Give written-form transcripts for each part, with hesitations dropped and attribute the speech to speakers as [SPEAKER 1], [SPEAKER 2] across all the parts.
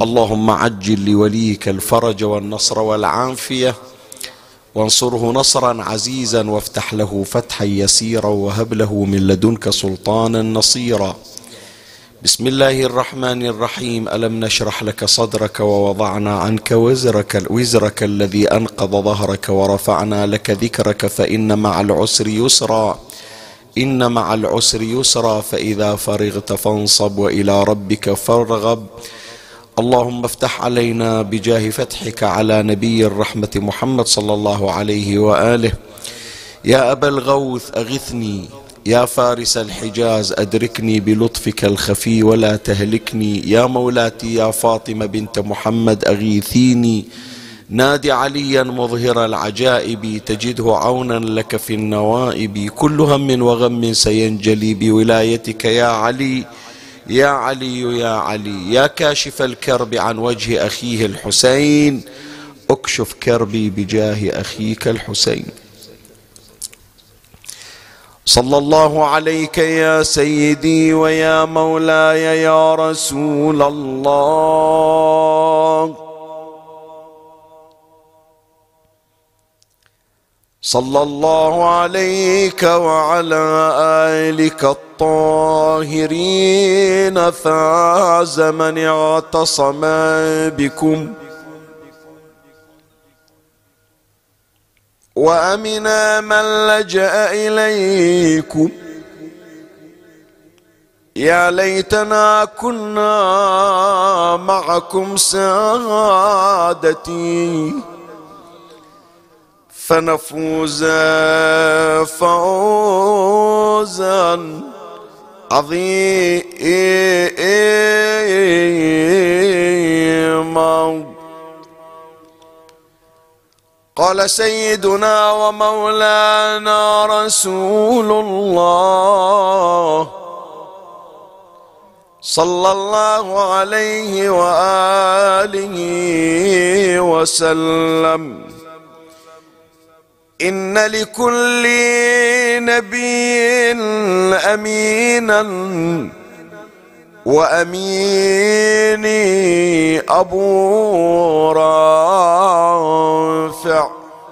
[SPEAKER 1] اللهم عجل لوليك الفرج والنصر والعافية، وانصره نصرا عزيزا، وافتح له فتحا يسيرا، وهب له من لدنك سلطانا نصيرا. بسم الله الرحمن الرحيم. ألم نشرح لك صدرك ووضعنا عنك وزرك الذي أنقض ظهرك، ورفعنا لك ذكرك، فإن مع العسر يسرا، إن مع العسر يسرا، فإذا فرغت فانصب وإلى ربك فارغب. اللهم افتح علينا بجاه فتحك على نبي الرحمة محمد صلى الله عليه وآله. يا أبا الغوث أغثني، يا فارس الحجاز أدركني بلطفك الخفي ولا تهلكني. يا مولاتي يا فاطمة بنت محمد أغيثيني. نادي عليا مظهر العجائب، تجده عونا لك في النوائب. كل هم وغم سينجلي بولايتك يا علي، يا علي يا علي. يا كاشف الكرب عن وجه أخيه الحسين، اكشف كربي بجاه أخيك الحسين. صلى الله عليك يا سيدي ويا مولاي يا رسول الله. صلى الله عليك وعلى آلك الطاهرين. فاز من اعتصم بكم، وأمنا من لجأ إليكم. يا ليتنا كنا معكم سادتي، فنفوز فوزا عظيما. قال سيدنا ومولانا رسول الله صلى الله عليه وآله وسلم: إن لكل نبي أمينا، وأميني أبو رافع.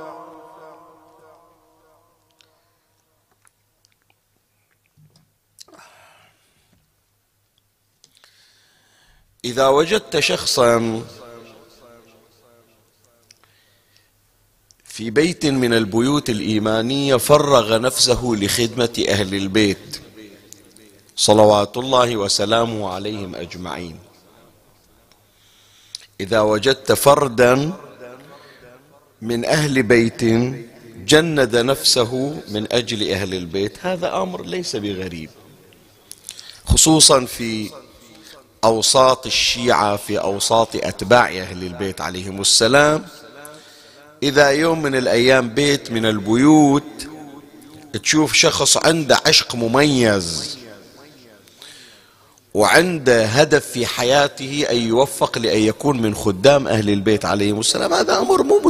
[SPEAKER 1] إذا وجدت شخصا في بيت من البيوت الإيمانية فرغ نفسه لخدمة أهل البيت صلوات الله وسلامه عليهم أجمعين، إذا وجدت فردا من أهل بيت جند نفسه من أجل أهل البيت، هذا أمر ليس بغريب، خصوصا في أوساط الشيعة، في أوساط أتباع أهل البيت عليهم السلام. إذا يوم من الأيام بيت من البيوت تشوف شخص عنده عشق مميز وعنده هدف في حياته أن يوفق لأن يكون من خدام أهل البيت عليهم السلام، هذا أمر مو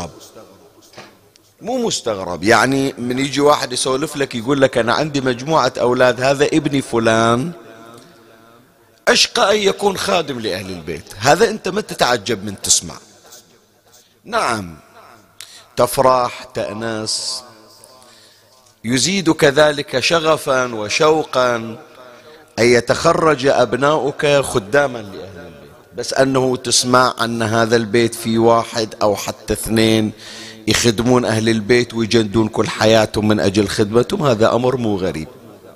[SPEAKER 1] مستغرب. يعني من يجي واحد يسولف لك يقول لك أنا عندي مجموعة أولاد، هذا ابني فلان أشقى أن يكون خادم لأهل البيت، هذا أنت ما تتعجب من تسمع. نعم تفرح تأنس، يزيد كذلك شغفا وشوقا أن يتخرج أبناؤك خداما لأهل البيت، بس أنه تسمع أن هذا البيت في واحد أو حتى اثنين يخدمون أهل البيت ويجندون كل حياتهم من أجل خدمتهم، هذا أمر مو غريب.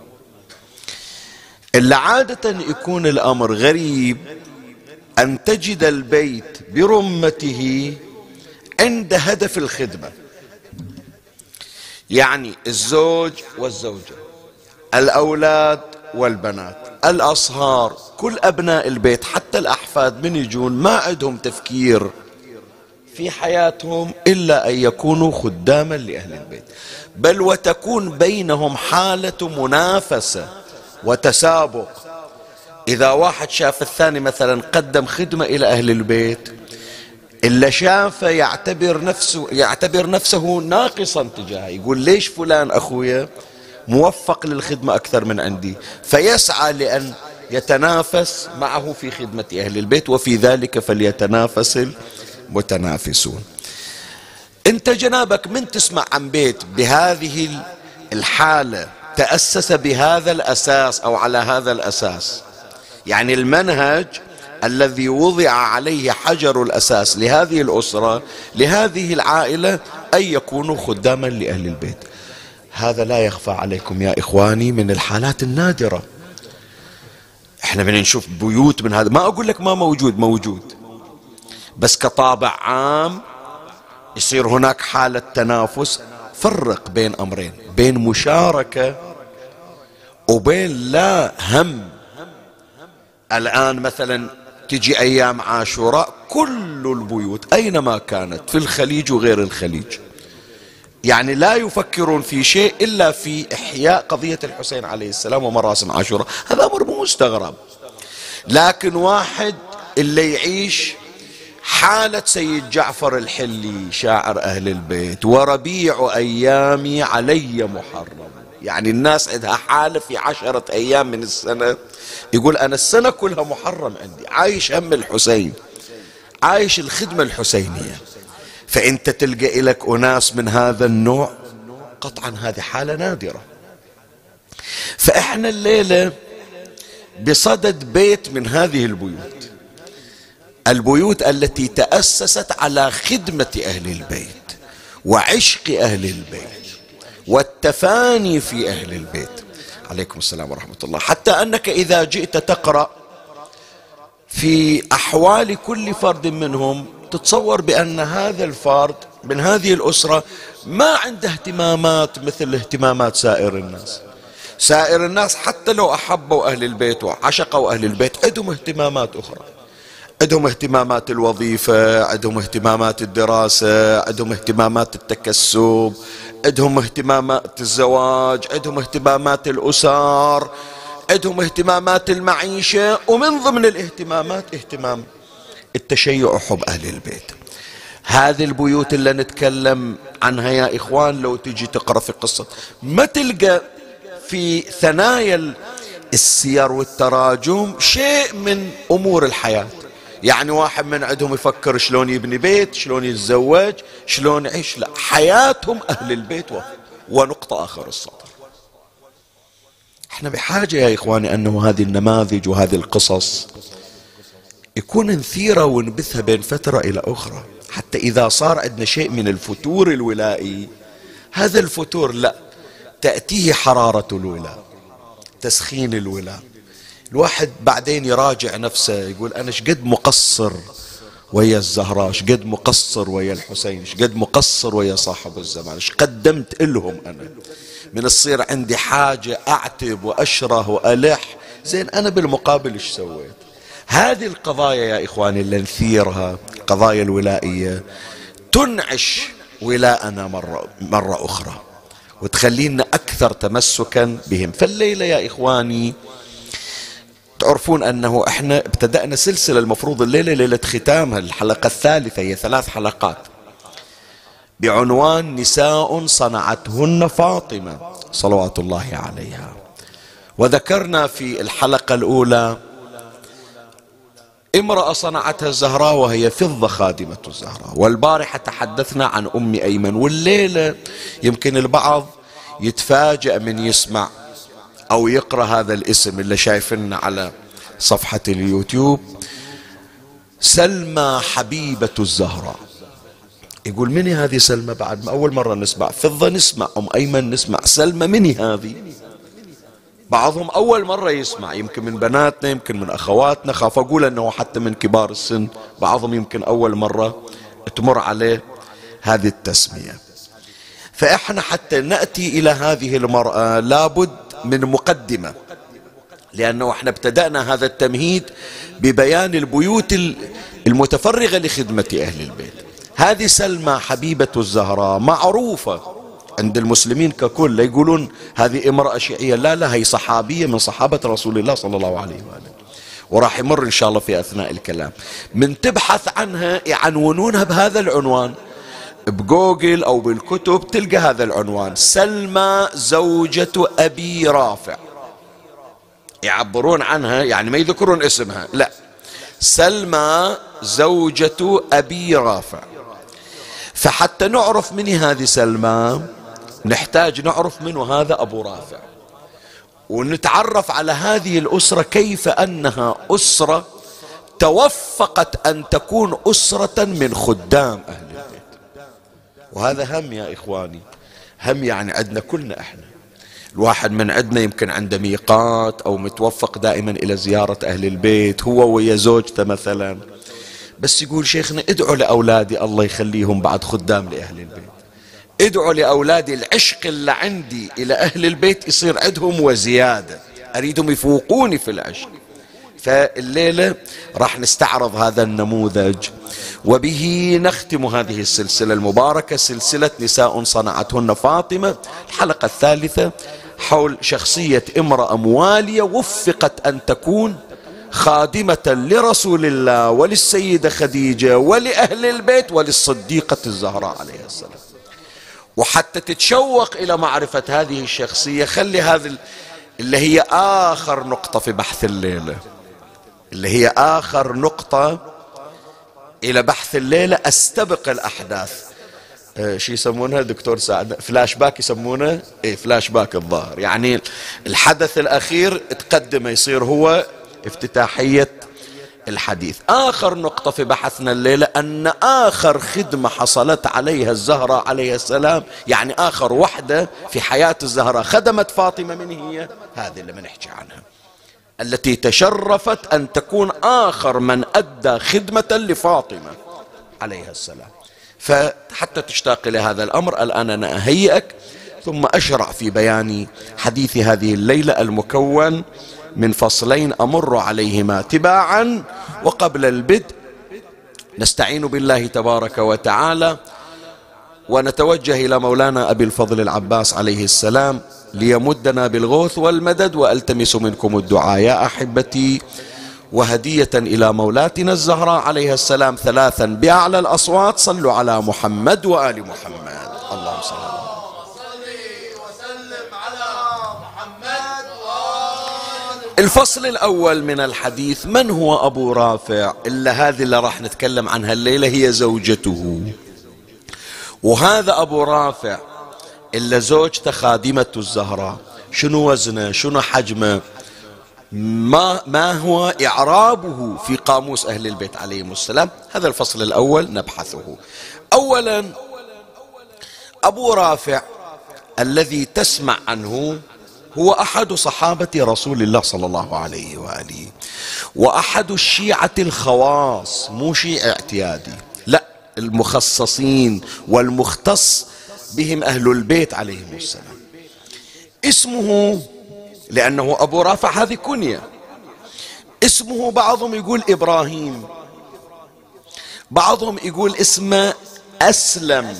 [SPEAKER 1] إلا عادة يكون الأمر غريب أن تجد البيت برمته عند هدف الخدمة، يعني الزوج والزوجة، الأولاد والبنات، الأصهار، كل أبناء البيت حتى الأحفاد من يجون ما عندهم تفكير في حياتهم إلا أن يكونوا خداما لأهل البيت، بل وتكون بينهم حالة منافسة وتسابق. إذا واحد شاف الثاني مثلا قدم خدمة إلى أهل البيت، إلا شافه يعتبر نفسه ناقصا تجاهه، يقول ليش فلان أخويا موفق للخدمة أكثر من عندي، فيسعى لأن يتنافس معه في خدمة أهل البيت، وفي ذلك فليتنافس المتنافسون. أنت جنابك من تسمع عن بيت بهذه الحالة تأسس بهذا الأساس أو على هذا الأساس، يعني المنهج الذي وضع عليه حجر الأساس لهذه الأسرة لهذه العائلة أن يكونوا خداما لأهل البيت، هذا لا يخفى عليكم يا إخواني من الحالات النادرة. احنا بنشوف بيوت من هذا، ما أقول لك ما موجود، موجود، بس كطابع عام يصير هناك حالة تنافس. فرق بين أمرين، بين مشاركة وبين لا هم. الآن مثلا تجي أيام عاشوراء كل البيوت أينما كانت في الخليج وغير الخليج يعني لا يفكرون في شيء إلا في إحياء قضية الحسين عليه السلام ومراسم عاشوراء، هذا أمر مو مستغرب. لكن واحد اللي يعيش حالة سيد جعفر الحلي شاعر أهل البيت وربيع أيامي علي محرم، يعني الناس عندها حالة في 10 أيام من السنة يقول أنا السنة كلها محرم عندي، عايش هم الحسين، عايش الخدمة الحسينية. فأنت تلقى لك أناس من هذا النوع، قطعا هذه حالة نادرة. فإحنا الليلة بصدد بيت من هذه البيوت، البيوت التي تأسست على خدمة أهل البيت وعشق أهل البيت والتفاني في أهل البيت. عليكم السلام ورحمة الله. حتى أنك إذا جئت تقرأ في أحوال كل فرد منهم تتصور بأن هذا الفرد من هذه الأسرة ما عنده اهتمامات مثل اهتمامات سائر الناس. سائر الناس حتى لو أحبوا أهل البيت وعشقوا أهل البيت عندهم اهتمامات أخرى، عندهم اهتمامات الوظيفة، عندهم اهتمامات الدراسة، عندهم اهتمامات التكسب، عندهم اهتمامات الزواج، عندهم اهتمامات الأسر، عندهم اهتمامات المعيشة، ومن ضمن الاهتمامات اهتمام التشيع وحب أهل البيت. هذه البيوت اللي نتكلم عنها يا إخوان لو تجي تقرأ في قصة ما تلقى في ثنايا السير والتراجم شيء من أمور الحياة، يعني واحد من عندهم يفكر شلون يبني بيت، شلون يتزوج، شلون يعيش، لا، حياتهم أهل البيت ونقطة آخر السطر. احنا بحاجة يا إخواني أنه هذه النماذج وهذه القصص يكون نثيرها ونبثها بين فترة إلى أخرى، حتى إذا صار عندنا شيء من الفتور الولائي هذا الفتور لا تأتيه حرارة الولاء، تسخين الولاء. الواحد بعدين يراجع نفسه يقول أنا شقد مقصر ويا الزهراء، شقد مقصر ويا الحسين، شقد مقصر ويا صاحب الزمان، ايش قدمت إلهم أنا من الصير عندي حاجة أعتب وأشره وألح، زين أنا بالمقابل ايش سويت؟ هذه القضايا يا إخواني اللي نثيرها القضايا الولائية تنعش ولاءنا مرة أخرى وتخلينا أكثر تمسكا بهم. فالليلة يا إخواني تعرفون أنه إحنا ابتدأنا سلسلة، المفروض الليلة ليلة ختامها، الحلقة الثالثة، هي 3 حلقات بعنوان نساء صنعتهن فاطمة صلوات الله عليها. وذكرنا في الحلقة الأولى امرأة صنعتها الزهراء وهي فضة خادمة الزهراء، والبارحة تحدثنا عن أم أيمن، والليلة يمكن البعض يتفاجأ من يسمع أو يقرأ هذا الاسم اللي شايفنا على صفحة اليوتيوب، سلمى حبيبة الزهراء. يقول مني هذه سلمى؟ بعد ما أول مرة نسمع فضة نسمع، أم أيمن نسمع، سلمى مني هذه؟ بعضهم أول مرة يسمع، يمكن من بناتنا، يمكن من أخواتنا، خاف أقول أنه حتى من كبار السن بعضهم يمكن أول مرة تمر عليه هذه التسمية. فإحنا حتى نأتي إلى هذه المرأة لابد من مقدمة، لأنه احنا ابتدأنا هذا التمهيد ببيان البيوت المتفرغة لخدمة أهل البيت. هذه سلمى حبيبة الزهراء معروفة عند المسلمين ككل، لا يقولون هذه امرأة شيعية، لا لا، هي صحابية من صحابة رسول الله صلى الله عليه وآله، وراح يمر إن شاء الله في أثناء الكلام. من تبحث عنها يعنونونها بهذا العنوان بجوجل أو بالكتب، تلقى هذا العنوان، سلمى زوجة أبي رافع. يعبرون عنها يعني ما يذكرون اسمها، لا، سلمى زوجة أبي رافع. فحتى نعرف من هذه سلمى نحتاج نعرف منه هذا أبو رافع، ونتعرف على هذه الأسرة كيف أنها أسرة توفقت أن تكون أسرة من خدام أهل البيت. وهذا هم يا إخواني، هم يعني عندنا كلنا إحنا، الواحد من عندنا يمكن عنده ميقات أو متوفق دائما إلى زيارة أهل البيت هو ويا زوجته مثلا، بس يقول شيخنا ادعوا لأولادي الله يخليهم بعد خدام لأهل البيت، ادعوا لأولادي العشق اللي عندي إلى أهل البيت يصير عندهم وزيادة، أريدهم يفوقوني في العشق. فالليلة راح نستعرض هذا النموذج، وبه نختم هذه السلسلة المباركة، سلسلة نساء صنعتهن فاطمة، الحلقة الثالثة حول شخصية امرأة موالية وفقت أن تكون خادمة لرسول الله وللسيدة خديجة ولأهل البيت وللصديقة الزهراء عليه السلام. وحتى تتشوق إلى معرفة هذه الشخصية، خلي هذه اللي هي آخر نقطة في بحث الليلة، اللي هي آخر نقطة إلى بحث الليلة، أستبق الأحداث. شي يسمونها دكتور سعد؟ فلاش باك يسمونه؟ إيه فلاش باك الظاهر، يعني الحدث الأخير تقدم يصير هو افتتاحية الحديث. آخر نقطة في بحثنا الليلة أن آخر خدمة حصلت عليها الزهراء عليه السلام، يعني آخر وحدة في حياة الزهراء خدمت فاطمة، من هي؟ هذه اللي بنحكي عنها، التي تشرفت أن تكون آخر من أدى خدمة لفاطمة عليها السلام. فحتى تشتاق إلى هذا الأمر الآن أنا أهيئك، ثم أشرع في بيان حديث هذه الليلة المكون من فصلين أمر عليهما تباعا. وقبل البدء نستعين بالله تبارك وتعالى ونتوجه إلى مولانا أبي الفضل العباس عليه السلام ليمدنا بالغوث والمدد، وألتمس منكم الدعاء يا أحبتي، وهدية إلى مولاتنا الزهراء عليها السلام ثلاثا بأعلى الأصوات: صلوا على محمد وآل محمد. اللهم صل على محمد. الفصل الأول من الحديث: من هو أبو رافع؟ إلا هذه اللي راح نتكلم عنها الليلة هي زوجته. وهذا أبو رافع إلا زوجته خادمة الزهراء، شنو وزنه؟ شنو حجمه؟ ما هو إعرابه في قاموس أهل البيت عليهم السلام؟ هذا الفصل الأول نبحثه. أولا، أبو رافع الذي تسمع عنه هو أحد صحابة رسول الله صلى الله عليه وآله، وأحد الشيعة الخواص، مو شيعي اعتيادي، لا، المخصصين والمختص بهم أهل البيت عليهم السلام. اسمه، لأنه أبو رافع هذه كنية، اسمه بعضهم يقول إبراهيم، بعضهم يقول اسمه أسلم،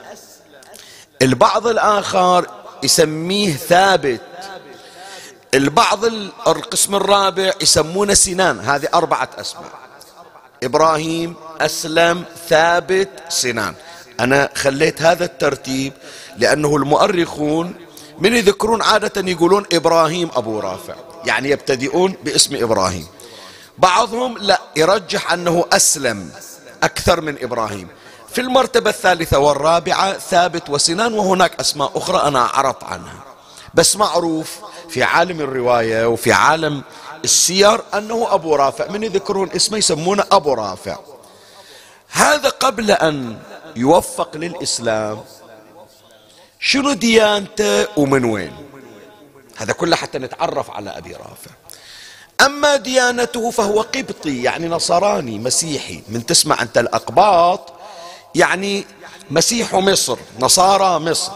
[SPEAKER 1] البعض الآخر يسميه ثابت، البعض القسم الرابع يسمونه سنان. هذه 4 أسماء: إبراهيم، أسلم، ثابت، سنان. أنا خليت هذا الترتيب لأنه المؤرخون من يذكرون عادة يقولون إبراهيم أبو رافع، يعني يبتدئون باسم إبراهيم. بعضهم لا، يرجح أنه أسلم أكثر من إبراهيم. في المرتبة الثالثة والرابعة ثابت وسنان، وهناك أسماء أخرى أنا عرضت عنها، بس معروف في عالم الرواية وفي عالم السير أنه أبو رافع، من يذكرون اسمه يسمونه أبو رافع. هذا قبل أن يوفق للإسلام، شنو ديانته ومن وين؟ هذا كله حتى نتعرف على أبي رافع. أما ديانته فهو قبطي، يعني نصراني مسيحي، من تسمع أنت الأقباط يعني مسيح مصر، نصارى مصر،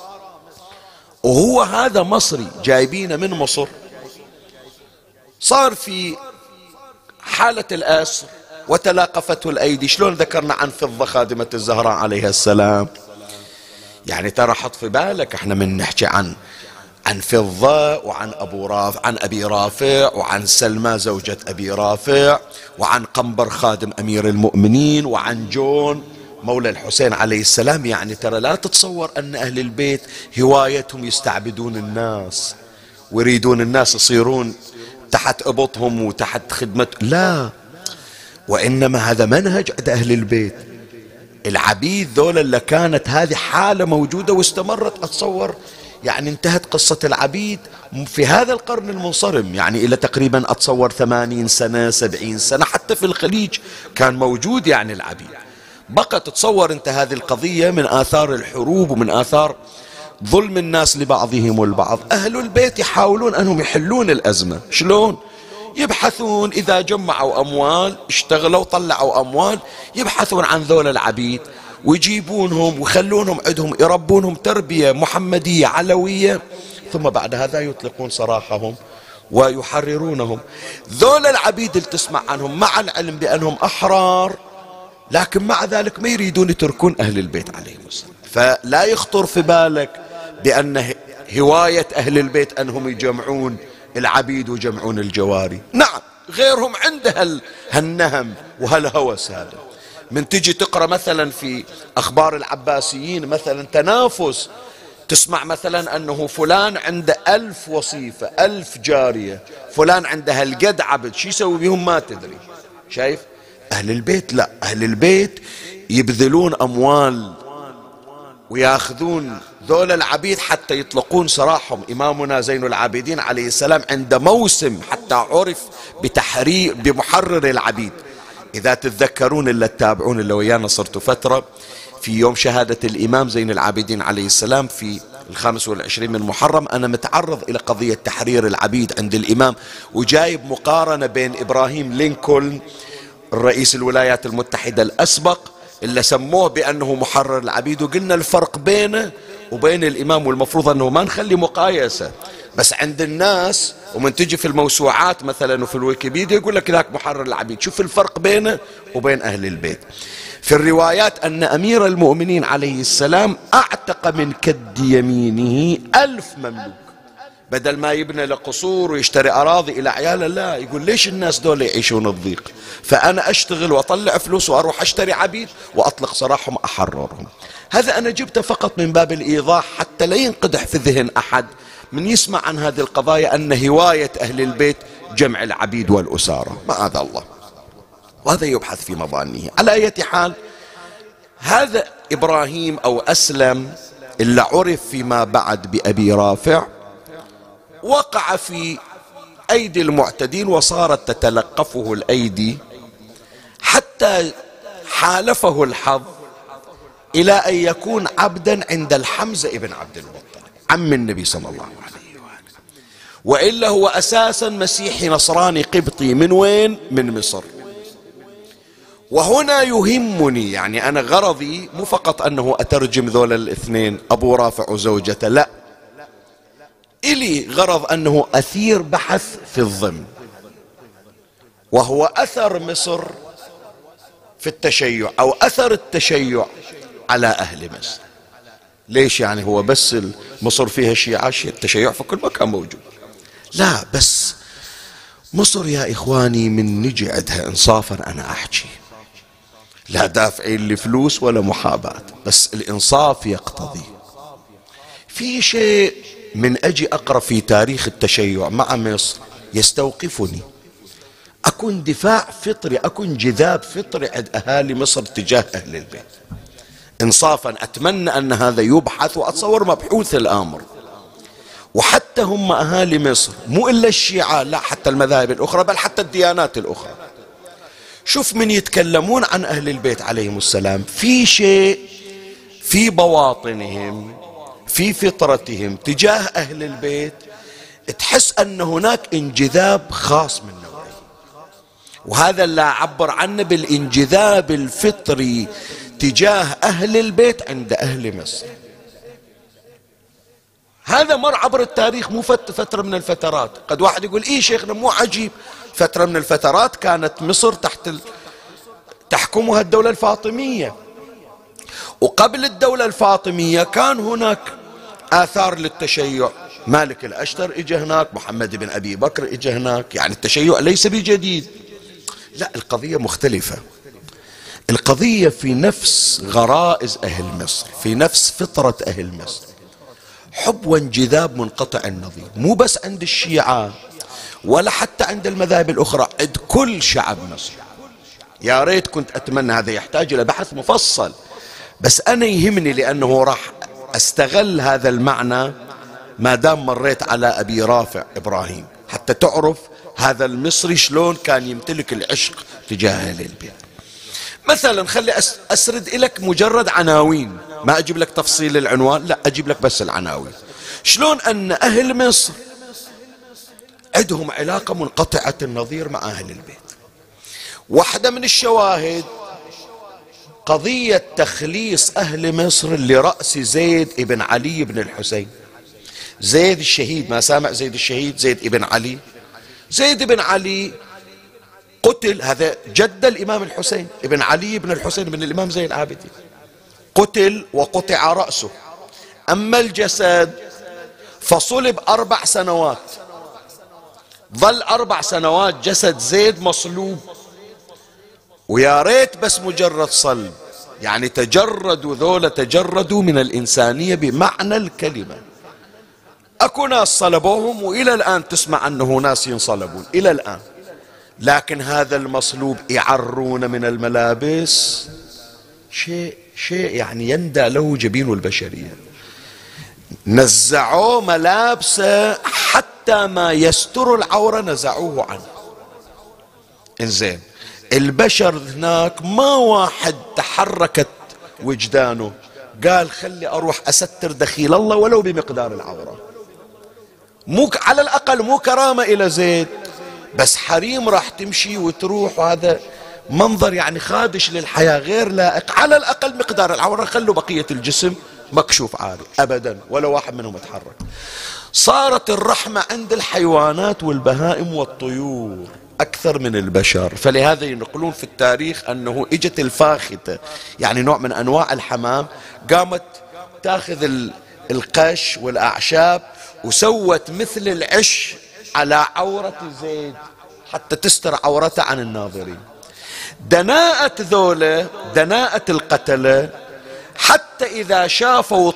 [SPEAKER 1] وهو هذا مصري جايبينه من مصر، صار في حالة الأسر وتلاقفته الأيدي. شلون ذكرنا عن فضة خادمة الزهراء عليها السلام؟ يعني ترى حط في بالك احنا من نحكي عن فضة وعن عن أبي رافع وعن سلمى زوجة أبي رافع وعن قنبر خادم أمير المؤمنين وعن جون مولى الحسين عليه السلام. يعني ترى لا تتصور أن أهل البيت هوايتهم يستعبدون الناس ويريدون الناس يصيرون تحت إبطهم وتحت خدمتهم، لا، وإنما هذا منهج عند أهل البيت. العبيد ذولا اللي كانت هذه حالة موجودة واستمرت، أتصور يعني انتهت قصة العبيد في هذا القرن المنصرم، يعني إلى تقريبا أتصور 80 سنة 70 سنة، حتى في الخليج كان موجود يعني العبيد. بقى تتصور انت هذه القضية من آثار الحروب ومن آثار ظلم الناس لبعضهم البعض. أهل البيت يحاولون أنهم يحلون الأزمة. شلون؟ يبحثون، إذا جمعوا أموال، اشتغلوا طلعوا أموال، يبحثون عن ذول العبيد ويجيبونهم ويخلونهم عندهم، يربونهم تربية محمدية علوية، ثم بعد هذا يطلقون سراحهم ويحررونهم. ذول العبيد اللي تسمع عنهم مع العلم بأنهم أحرار، لكن مع ذلك ما يريدون يتركون أهل البيت عليهم السلام. فلا يخطر في بالك بأن هواية أهل البيت أنهم يجمعون العبيد ويجمعون الجواري. نعم، غيرهم عنده هالنهم وهالهوس هذا. من تجي تقرأ مثلا في أخبار العباسيين مثلا تنافس، تسمع مثلا أنه فلان عنده 1000 وصيفة 1000 جارية، فلان عنده هالقد عبد، شو يسوي بهم ما تدري. شايف؟ أهل البيت لا، أهل البيت يبذلون أموال وياخذون ذول العبيد حتى يطلقون سراحهم. إمامنا زين العابدين عليه السلام عند موسم حتى عرف بمحرر العبيد. إذا تتذكرون اللي تتابعون اللي ويانا صرتوا فترة، في يوم شهادة الإمام زين العابدين عليه السلام في 25 من محرم، أنا متعرض إلى قضية تحرير العبيد عند الإمام، وجايب مقارنة بين إبراهيم لينكولن الرئيس الولايات المتحدة الأسبق اللي سموه بأنه محرر العبيد، وقلنا الفرق بينه وبين الإمام، والمفروض أنه ما نخلي مقايسة، بس عند الناس ومن تجي في الموسوعات مثلا وفي الويكيبيديا يقول لك ذاك محرر العبيد. شوف الفرق بينه وبين أهل البيت. في الروايات أن أمير المؤمنين عليه السلام أعتق من كد يمينه 1000 مملوك، بدل ما يبنى له قصور ويشتري أراضي إلى عياله، لا، يقول ليش الناس دول يعيشون الضيق، فأنا أشتغل وأطلع فلوس وأروح أشتري عبيد وأطلق سراحهم أحررهم. هذا أنا جبته فقط من باب الإيضاح حتى لا ينقدح في ذهن أحد من يسمع عن هذه القضايا أن هواية أهل البيت جمع العبيد والأسارة، معاذ الله، وهذا يبحث في مظانه. على أي حال، هذا إبراهيم أو أسلم اللي عرف فيما بعد بأبي رافع وقع في أيدي المعتدين، وصارت تتلقفه الأيدي حتى حالفه الحظ إلى أن يكون عبدا عند الحمزة ابن عبد المطلب عم النبي صلى الله عليه وآله، وإلا هو أساسا مسيحي نصراني قبطي. من وين؟ من مصر. وهنا يهمني، يعني أنا غرضي مو فقط أنه أترجم ذول الاثنين أبو رافع وزوجته، لا، إلي غرض أنه أثير بحث في الضمن، وهو أثر مصر في التشيع أو أثر التشيع على أهل مصر. ليش؟ يعني هو بس مصر فيها شيعة؟ التشيع في كل مكان موجود. لا، بس مصر يا إخواني من نجي عندها إنصافا، أنا أحكي لا دافعين لفلوس ولا محاباة، بس الإنصاف يقتضي. في شيء من أجي أقرأ في تاريخ التشيع مع مصر يستوقفني، أكون دفاع فطري، أكون جذاب فطري عند أهالي مصر تجاه أهل البيت إنصافا. أتمنى أن هذا يبحث، وأتصور مبحوث الأمر. وحتى هم أهالي مصر مو إلا الشيعة، لا، حتى المذاهب الأخرى، بل حتى الديانات الأخرى. شوف من يتكلمون عن أهل البيت عليهم السلام، في شيء في بواطنهم في فطرتهم تجاه أهل البيت تحس أن هناك انجذاب خاص من نوعه، وهذا اللي أعبر عنه بالانجذاب الفطري تجاه أهل البيت عند أهل مصر. هذا مر عبر التاريخ، مو فترة من الفترات. قد واحد يقول إيه شيخنا مو عجيب، فترة من الفترات كانت مصر تحكمها الدولة الفاطمية، وقبل الدولة الفاطمية كان هناك آثار للتشيع. مالك الأشتر إجا هناك، محمد بن أبي بكر إجا هناك، يعني التشيع ليس بجديد. لا، القضية مختلفة. القضية في نفس غرائز أهل مصر، في نفس فطرة أهل مصر، حب وانجذاب منقطع النظير، مو بس عند الشيعة، ولا حتى عند المذاهب الأخرى، عند كل شعب مصر. يا ريت كنت أتمنى، هذا يحتاج إلى بحث مفصل، بس أنا يهمني لأنه راح أستغل هذا المعنى ما دام مريت على أبي رافع إبراهيم، حتى تعرف هذا المصري شلون كان يمتلك العشق تجاه أهل البيت. مثلا خلي أسرد لك مجرد عناوين، ما أجيب لك تفصيل العنوان، لا أجيب لك بس العناوين. شلون أن أهل مصر عندهم علاقة منقطعة النظير مع أهل البيت. واحدة من الشواهد قضية تخليص أهل مصر لرأس زيد ابن علي بن الحسين. زيد الشهيد، ما سامع زيد الشهيد؟ زيد ابن علي. زيد بن علي قتل، هذا جد الإمام الحسين ابن علي بن الحسين بن الإمام زين العابدين، قتل وقطع رأسه. أما الجسد فصلب 4 سنوات، ظل 4 سنوات جسد زيد مصلوب. ويا ريت بس مجرد صلب، يعني تجردوا ذولا، تجردوا من الإنسانية بمعنى الكلمة. أكو ناس صلبوهم وإلى الآن تسمع أنه ناس ينصلبون إلى الآن، لكن هذا المصلوب يعرون من الملابس شيء يعني يندى له جبين البشرية. نزعوه ملابسه حتى ما يستر العورة نزعوه عنه. انزين، البشر هناك ما واحد تحركت وجدانه قال خلي أروح أستر دخيل الله ولو بمقدار العورة. مو على الأقل مو كرامة إلى زيد، بس حريم راح تمشي وتروح، وهذا منظر يعني خادش للحياة غير لائق. على الأقل مقدار العورة، خلوا بقية الجسم مكشوف عاري أبدا، ولا واحد منهم يتحرك. صارت الرحمة عند الحيوانات والبهائم والطيور أكثر من البشر. فلهذا ينقلون في التاريخ أنه إجت الفاختة، يعني نوع من أنواع الحمام، قامت تاخذ القش والأعشاب وسوت مثل العش على عورة زيد حتى تستر عورته عن الناظرين. دناءة ذولا، دناءة القتلة، حتى إذا شافوا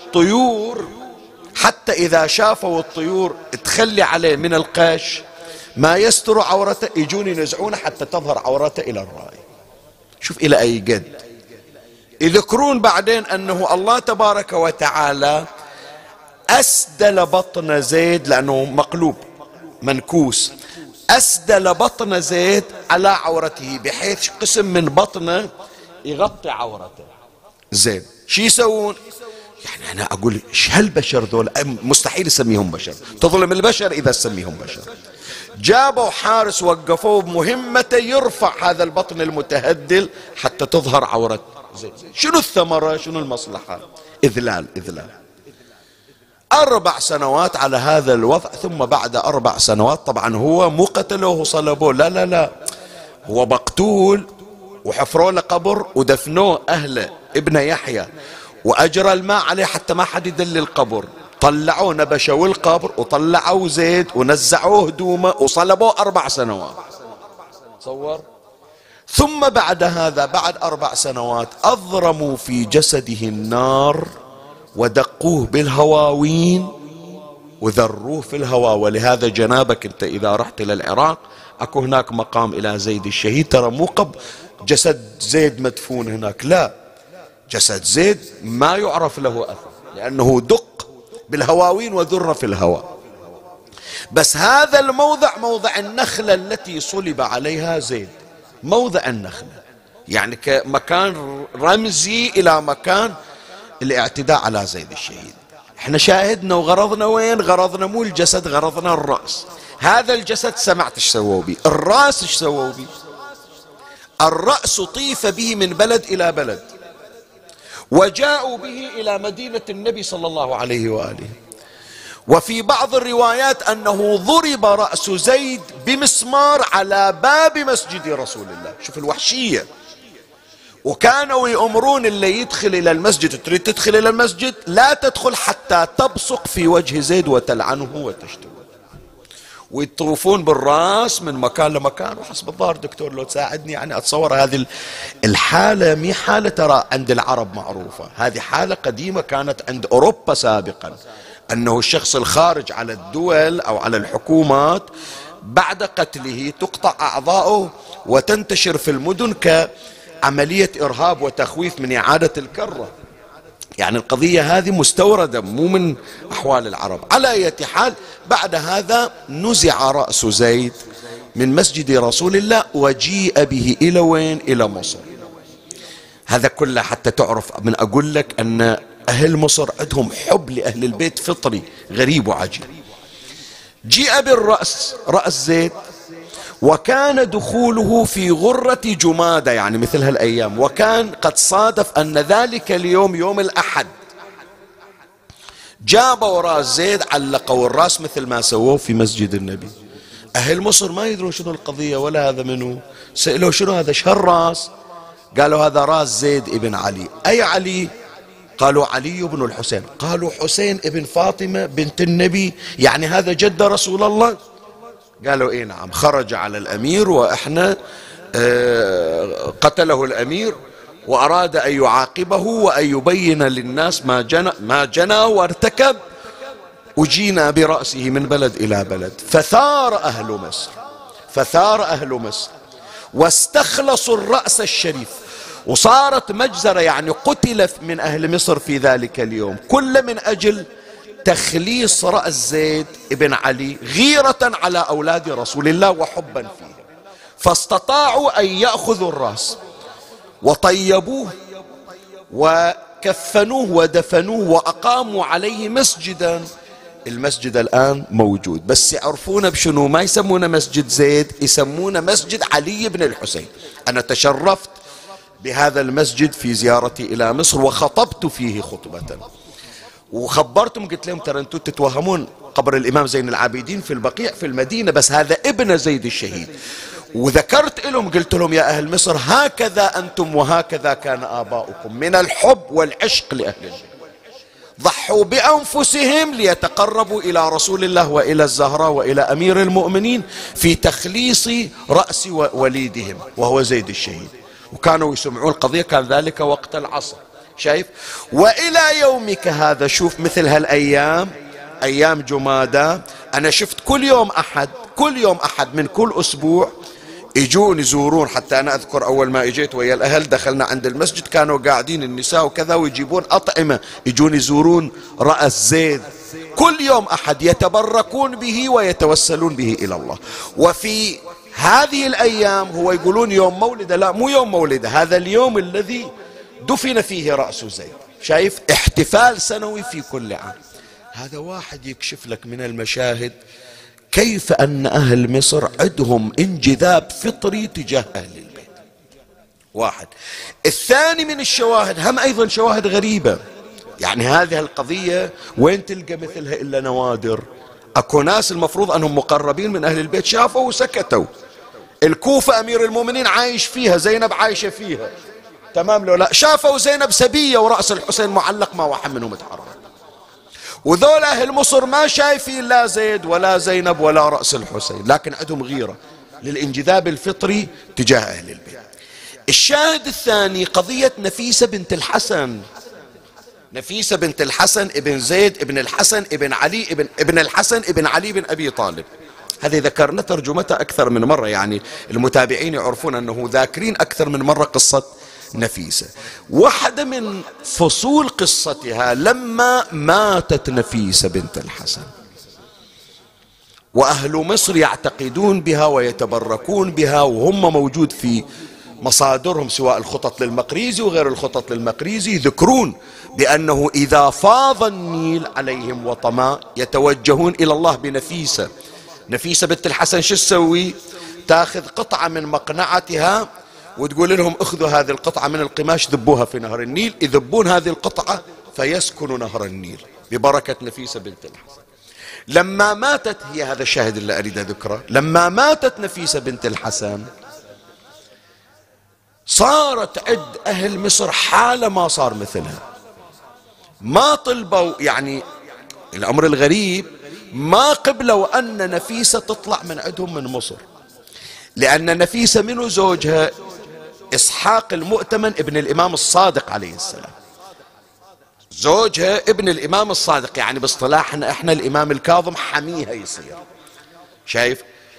[SPEAKER 1] الطيور تخلي عليه من القش ما يستر عورته، يجون ينزعونه حتى تظهر عورته إلى الرأي. شوف إلى أي قد. يذكرون بعدين أنه الله تبارك وتعالى أسدل بطن زيد، لأنه مقلوب منكوس، أسدل بطن زيد على عورته بحيث قسم من بطنه يغطي عورته. زين، شو يسوون؟ يعني أنا أقول إيش هالبشر ذول؟ مستحيل يسميهم بشر، تظلم البشر إذا تسميهم بشر. جابوا حارس وقفوه بمهمته يرفع هذا البطن المتهدل حتى تظهر عورة زيد. شنو الثمرة؟ شنو المصلحة؟ إذلال. 4 سنوات على هذا الوضع، ثم بعد 4 سنوات طبعا هو مو قتلوه صلبوه، لا، هو مقتول، وحفروا له قبر ودفنوه أهله ابن يحيى، وأجرى الماء عليه حتى ما حد يدل القبر. طلعوه، نبشوا القبر وطلعوا زيد ونزعوه هدومه وصلبوه 4 سنوات. تصور. ثم بعد هذا، بعد 4 سنوات، أضرموا في جسده النار ودقوه بالهواوين وذروه في الهواء. ولهذا جنابك انت اذا رحت الى العراق اكو هناك مقام الى زيد الشهيد، ترى مو جسد زيد مدفون هناك، لا، جسد زيد ما يعرف له اثر لانه دق بالهواوين وذر في الهواء. بس هذا الموضع موضع النخلة التي صلب عليها زيد، موضع النخلة، يعني كمكان رمزي الى مكان الاعتداء على زيد الشهيد. احنا شاهدنا وغرضنا وين؟ غرضنا مو الجسد، غرضنا الرأس. هذا الجسد سمعت ايش سووا به، الرأس ايش سووا به؟ الرأس طيف به من بلد إلى بلد، وجاءوا به إلى مدينة النبي صلى الله عليه وآله. وفي بعض الروايات أنه ضرب رأس زيد بمسمار على باب مسجد رسول الله. شوف الوحشية. وكانوا يأمرون اللي يدخل إلى المسجد، تريد تدخل إلى المسجد لا تدخل حتى تبصق في وجه زيد وتلعنه وتشتمه، ويطوفون بالراس من مكان لمكان. وحسب الظاهر دكتور لو تساعدني يعني أتصور هذه الحالة مي حالة ترى عند العرب معروفة، هذه حالة قديمة كانت عند أوروبا سابقا، أنه الشخص الخارج على الدول أو على الحكومات بعد قتله تقطع أعضاؤه وتنتشر في المدن كعملية إرهاب وتخويف من إعادة الكرة. يعني القضية هذه مستوردة مو من أحوال العرب. على أي حال بعد هذا نزع رأس زيد من مسجد رسول الله وجيء به إلى وين؟ إلى مصر. هذا كله حتى تعرف من أقول لك أن أهل مصر عندهم حب لأهل البيت فطري غريب وعجيب. جيء بالرأس، رأس زيد، وكان دخوله في غرة جمادة، يعني مثل هالأيام، وكان قد صادف أن ذلك اليوم يوم الأحد. جابوا راس زيد علقوا الراس مثل ما سووه في مسجد النبي. أهل مصر ما يدرون شنو القضية ولا هذا منه. سألوا شنو هذا، شو هالراس؟ قالوا هذا راس زيد ابن علي. أي علي؟ قالوا علي بن الحسين. قالوا حسين ابن فاطمة بنت النبي، يعني هذا جد رسول الله؟ قالوا ايه نعم. خرج على الأمير وإحنا قتله الأمير وأراد أن يعاقبه وأن يبين للناس ما جنى وارتكب، وجينا برأسه من بلد إلى بلد. فثار أهل مصر واستخلصوا الرأس الشريف، وصارت مجزرة، يعني قتل من أهل مصر في ذلك اليوم كل من أجل تخليص رأس زيد ابن علي غيرة على أولاد رسول الله وحبا فيهم. فاستطاعوا أن يأخذوا الرأس وطيبوه وكفنوه ودفنوه وأقاموا عليه مسجدا. المسجد الآن موجود، بس يعرفونه بشنو؟ ما يسمونه مسجد زيد، يسمونه مسجد علي بن الحسين. أنا تشرفت بهذا المسجد في زيارتي إلى مصر وخطبت فيه خطبة، وخبرتهم قلت لهم ترى أنتم تتوهمون قبر الإمام زين العابدين في البقيع في المدينة، بس هذا ابن زيد الشهيد. وذكرت لهم قلت لهم يا أهل مصر هكذا أنتم وهكذا كان آباؤكم من الحب والعشق لأهل البيت. ضحوا بأنفسهم ليتقربوا إلى رسول الله وإلى الزهراء وإلى أمير المؤمنين في تخليص رأس وليدهم وهو زيد الشهيد. وكانوا يسمعون القضية، كان ذلك وقت العصر. شايف؟ وإلى يومك هذا شوف مثل هالأيام، أيام جمادة، أنا شفت كل يوم أحد من كل أسبوع يجون يزورون. حتى أنا أذكر أول ما إجيت ويا الأهل دخلنا عند المسجد كانوا قاعدين النساء وكذا ويجيبون أطعمة، يجون يزورون رأس زيد كل يوم أحد، يتبركون به ويتوسلون به إلى الله. وفي هذه الأيام هو يقولون يوم مولده، لا مو يوم مولده، هذا اليوم الذي دفن فيه رأس زيد. شايف؟ احتفال سنوي في كل عام. هذا واحد يكشف لك من المشاهد كيف أن أهل مصر عندهم انجذاب فطري تجاه أهل البيت. واحد. الثاني من الشواهد، هم أيضا شواهد غريبة، يعني هذه القضية وين تلقى مثلها إلا نوادر. أكو ناس المفروض أنهم مقربين من أهل البيت شافوا وسكتوا. الكوفة أمير المؤمنين عايش فيها، زينب عايشة فيها، تمام لو لا؟ شافوا زينب سبية ورأس الحسين معلق ما واحد منهم يتحرك. وذول أهل مصر ما شايفين لا زيد ولا زينب ولا رأس الحسين، لكن عندهم غيرة للانجذاب الفطري تجاه أهل البيت. الشاهد الثاني قضية نفيسة بنت الحسن. نفيسة بنت الحسن ابن زيد ابن الحسن ابن علي ابن الحسن ابن علي بن أبي طالب. هذه ذكرنا ترجمتها أكثر من مرة، يعني المتابعين يعرفون أنه ذاكرين أكثر من مرة قصة نفيسة. واحدة من فصول قصتها لما ماتت نفيسة بنت الحسن، وأهل مصر يعتقدون بها ويتبركون بها، وهم موجود في مصادرهم سواء الخطط للمقريزي وغير الخطط للمقريزي يذكرون بأنه إذا فاض النيل عليهم وطماء يتوجهون إلى الله بنفيسة. نفيسة بنت الحسن شو تسوي؟ تاخذ قطعة من مقنعتها وتقول لهم اخذوا هذه القطعة من القماش ذبوها في نهر النيل، يذبون هذه القطعة فيسكن نهر النيل ببركة نفيسة بنت الحسن. لما ماتت هي، هذا الشاهد اللي أريد أذكره، لما ماتت نفيسة بنت الحسن صارت عند أهل مصر حالة ما صار مثلها. ما طلبوا، يعني الأمر الغريب ما قبلوا أن نفيسة تطلع من عندهم من مصر، لأن نفيسة منه زوجها إسحاق المؤتمن ابن الإمام الصادق عليه السلام، زوجها ابن الإمام الصادق، يعني باصطلاحنا إحنا الإمام الكاظم حميها يصير. شايف؟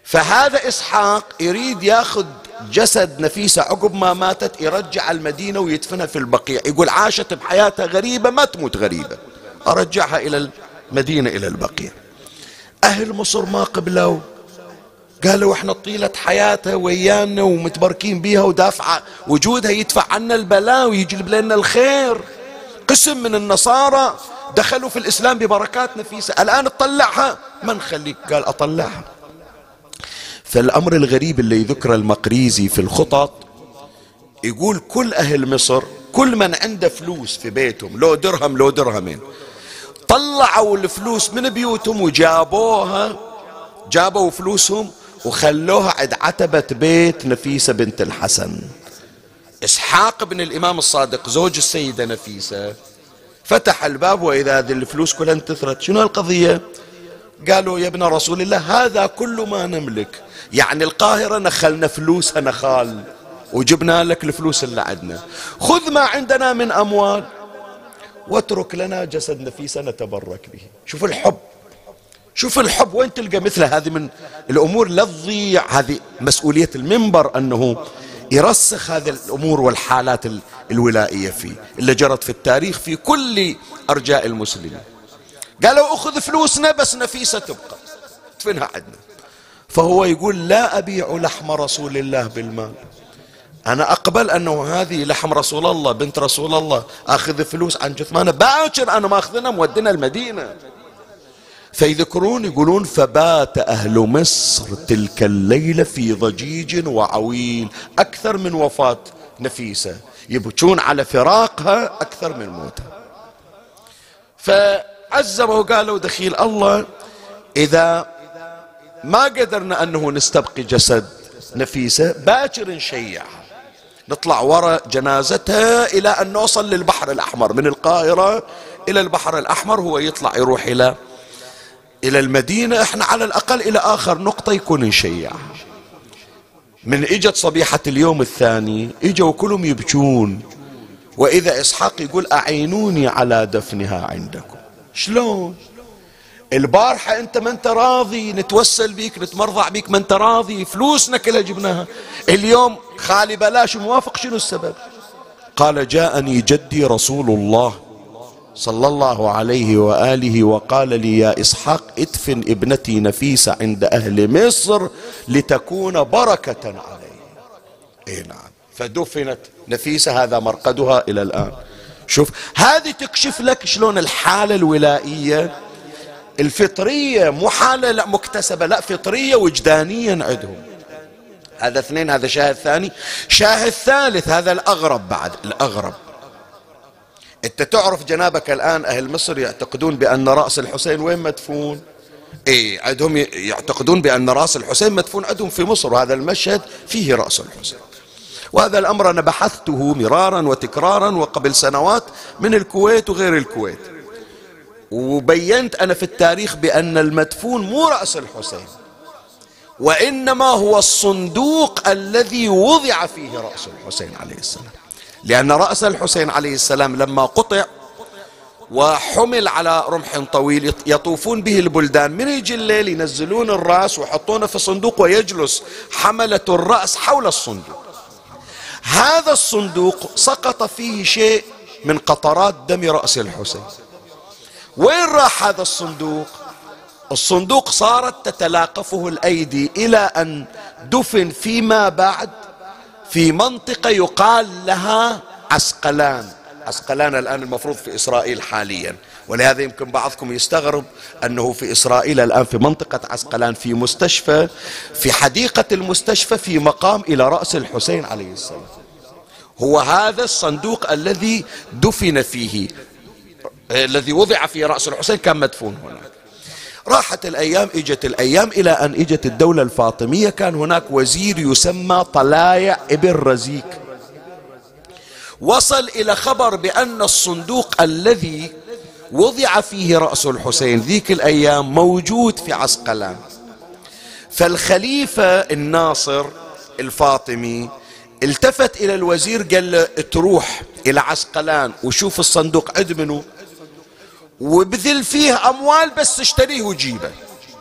[SPEAKER 1] فهذا إسحاق يريد ياخذ جسد نفيسة عقب ما ماتت، يرجع المدينة ويدفنها في البقيع. يقول عاشت بحياتها غريبة، ما تموت غريبة، أرجعها إلى المدينة إلى البقيع. أهل مصر ما قبلوا، قالوا احنا طيلة حياتها ويانا ومتبركين بيها ودافعة وجودها يدفع عنا البلاء ويجلب لنا الخير. قسم من النصارى دخلوا في الإسلام ببركات نفيسة، الآن تطلعها، ما نخليك؟ قال أطلعها. فالأمر الغريب اللي يذكر المقريزي في الخطط، يقول كل أهل مصر، كل من عنده فلوس في بيتهم، لو درهم لو درهمين، طلعوا الفلوس من بيوتهم وجابوها، جابوا فلوسهم وخلوها عند عتبة بيت نفيسة بنت الحسن. إسحاق بن الإمام الصادق زوج السيدة نفيسة فتح الباب، وإذا هذه الفلوس كلها انتثرت. شنو القضية؟ قالوا يا ابن رسول الله هذا كل ما نملك، يعني القاهرة نخلنا فلوسها نخال وجبنا لك الفلوس اللي عندنا، خذ ما عندنا من أموال واترك لنا جسد نفيسة نتبرك به. شوف الحب، شوف الحب، وين تلقى مثل هذه من الأمور لا تضيع. هذه مسؤولية المنبر أنه يرسخ هذه الأمور والحالات الولائية فيه اللي جرت في التاريخ في كل أرجاء المسلمين. قالوا أخذ فلوسنا بس نفيسة تبقى تفنها عندنا. فهو يقول لا أبيع لحم رسول الله بالمال، أنا أقبل أنه هذه لحم رسول الله بنت رسول الله، أخذ فلوس عن جثمانه باكر أنا ما أخذنا مودنا المدينة. فيذكرون يقولون فبات أهل مصر تلك الليلة في ضجيج وعويل، أكثر من وفاة نفيسة، يبكون على فراقها أكثر من موتها. فعزموا وقالوا دخيل الله إذا ما قدرنا أنه نستبقي جسد نفيسة باكر نشيعها، نطلع وراء جنازتها إلى أن نوصل للبحر الأحمر، من القاهرة إلى البحر الأحمر، هو يطلع يروح إلى المدينة، إحنا على الأقل إلى آخر نقطة يكون نشيعها. من إجت صبيحة اليوم الثاني إجوا كلهم يبكون، وإذا إسحاق يقول أعينوني على دفنها عندكم. شلون؟ البارحة أنت ما أنت راضي نتوسل بيك نتمرضع بيك، ما أنت راضي، فلوسنا كلها جبناها، اليوم خالي بلاش موافق، شنو السبب؟ قال جاءني جدي رسول الله صلى الله عليه وآله وقال لي يا إسحاق ادفن ابنتي نفيسة عند أهل مصر لتكون بركة عليه. إيه نعم، فدفنت نفيسة، هذا مرقدها إلى الآن. شوف هذه تكشف لك شلون الحالة الولائية الفطرية، مو حالة لا مكتسبة، لا فطرية وجدانيا عندهم. هذا اثنين، هذا شاهد ثاني. شاهد ثالث هذا الأغرب، بعد الأغرب، انت تعرف جنابك الآن أهل مصر يعتقدون بأن رأس الحسين وين مدفون؟ ايه عندهم يعتقدون بأن رأس الحسين مدفون عندهم في مصر، وهذا المشهد فيه رأس الحسين. وهذا الأمر أنا بحثته مرارا وتكرارا وقبل سنوات من الكويت وغير الكويت، وبينت أنا في التاريخ بأن المدفون مو رأس الحسين، وإنما هو الصندوق الذي وضع فيه رأس الحسين عليه السلام. لأن رأس الحسين عليه السلام لما قطع وحمل على رمح طويل يطوفون به البلدان، من يجي الليل ينزلون الرأس ويحطونه في صندوق ويجلس حملة الرأس حول الصندوق. هذا الصندوق سقط فيه شيء من قطرات دم رأس الحسين. وين راح هذا الصندوق؟ الصندوق صارت تتلاقفه الأيدي إلى أن دفن فيما بعد في منطقة يقال لها عسقلان. عسقلان الآن المفروض في إسرائيل حاليا، ولهذا يمكن بعضكم يستغرب أنه في إسرائيل الآن في منطقة عسقلان في مستشفى، في حديقة المستشفى في مقام إلى رأس الحسين عليه السلام. هو هذا الصندوق الذي دفن فيه، الذي وضع فيه رأس الحسين، كان مدفون هناك. راحت الأيام، إجت الأيام إلى أن إجت الدولة الفاطمية، كان هناك وزير يسمى طلايع ابن رزيك، وصل إلى خبر بأن الصندوق الذي وضع فيه رأس الحسين ذيك الأيام موجود في عسقلان. فالخليفة الناصر الفاطمي التفت إلى الوزير قال له تروح إلى عسقلان وشوف الصندوق عند منو وبذل فيه أموال بس اشتريه وجيبه.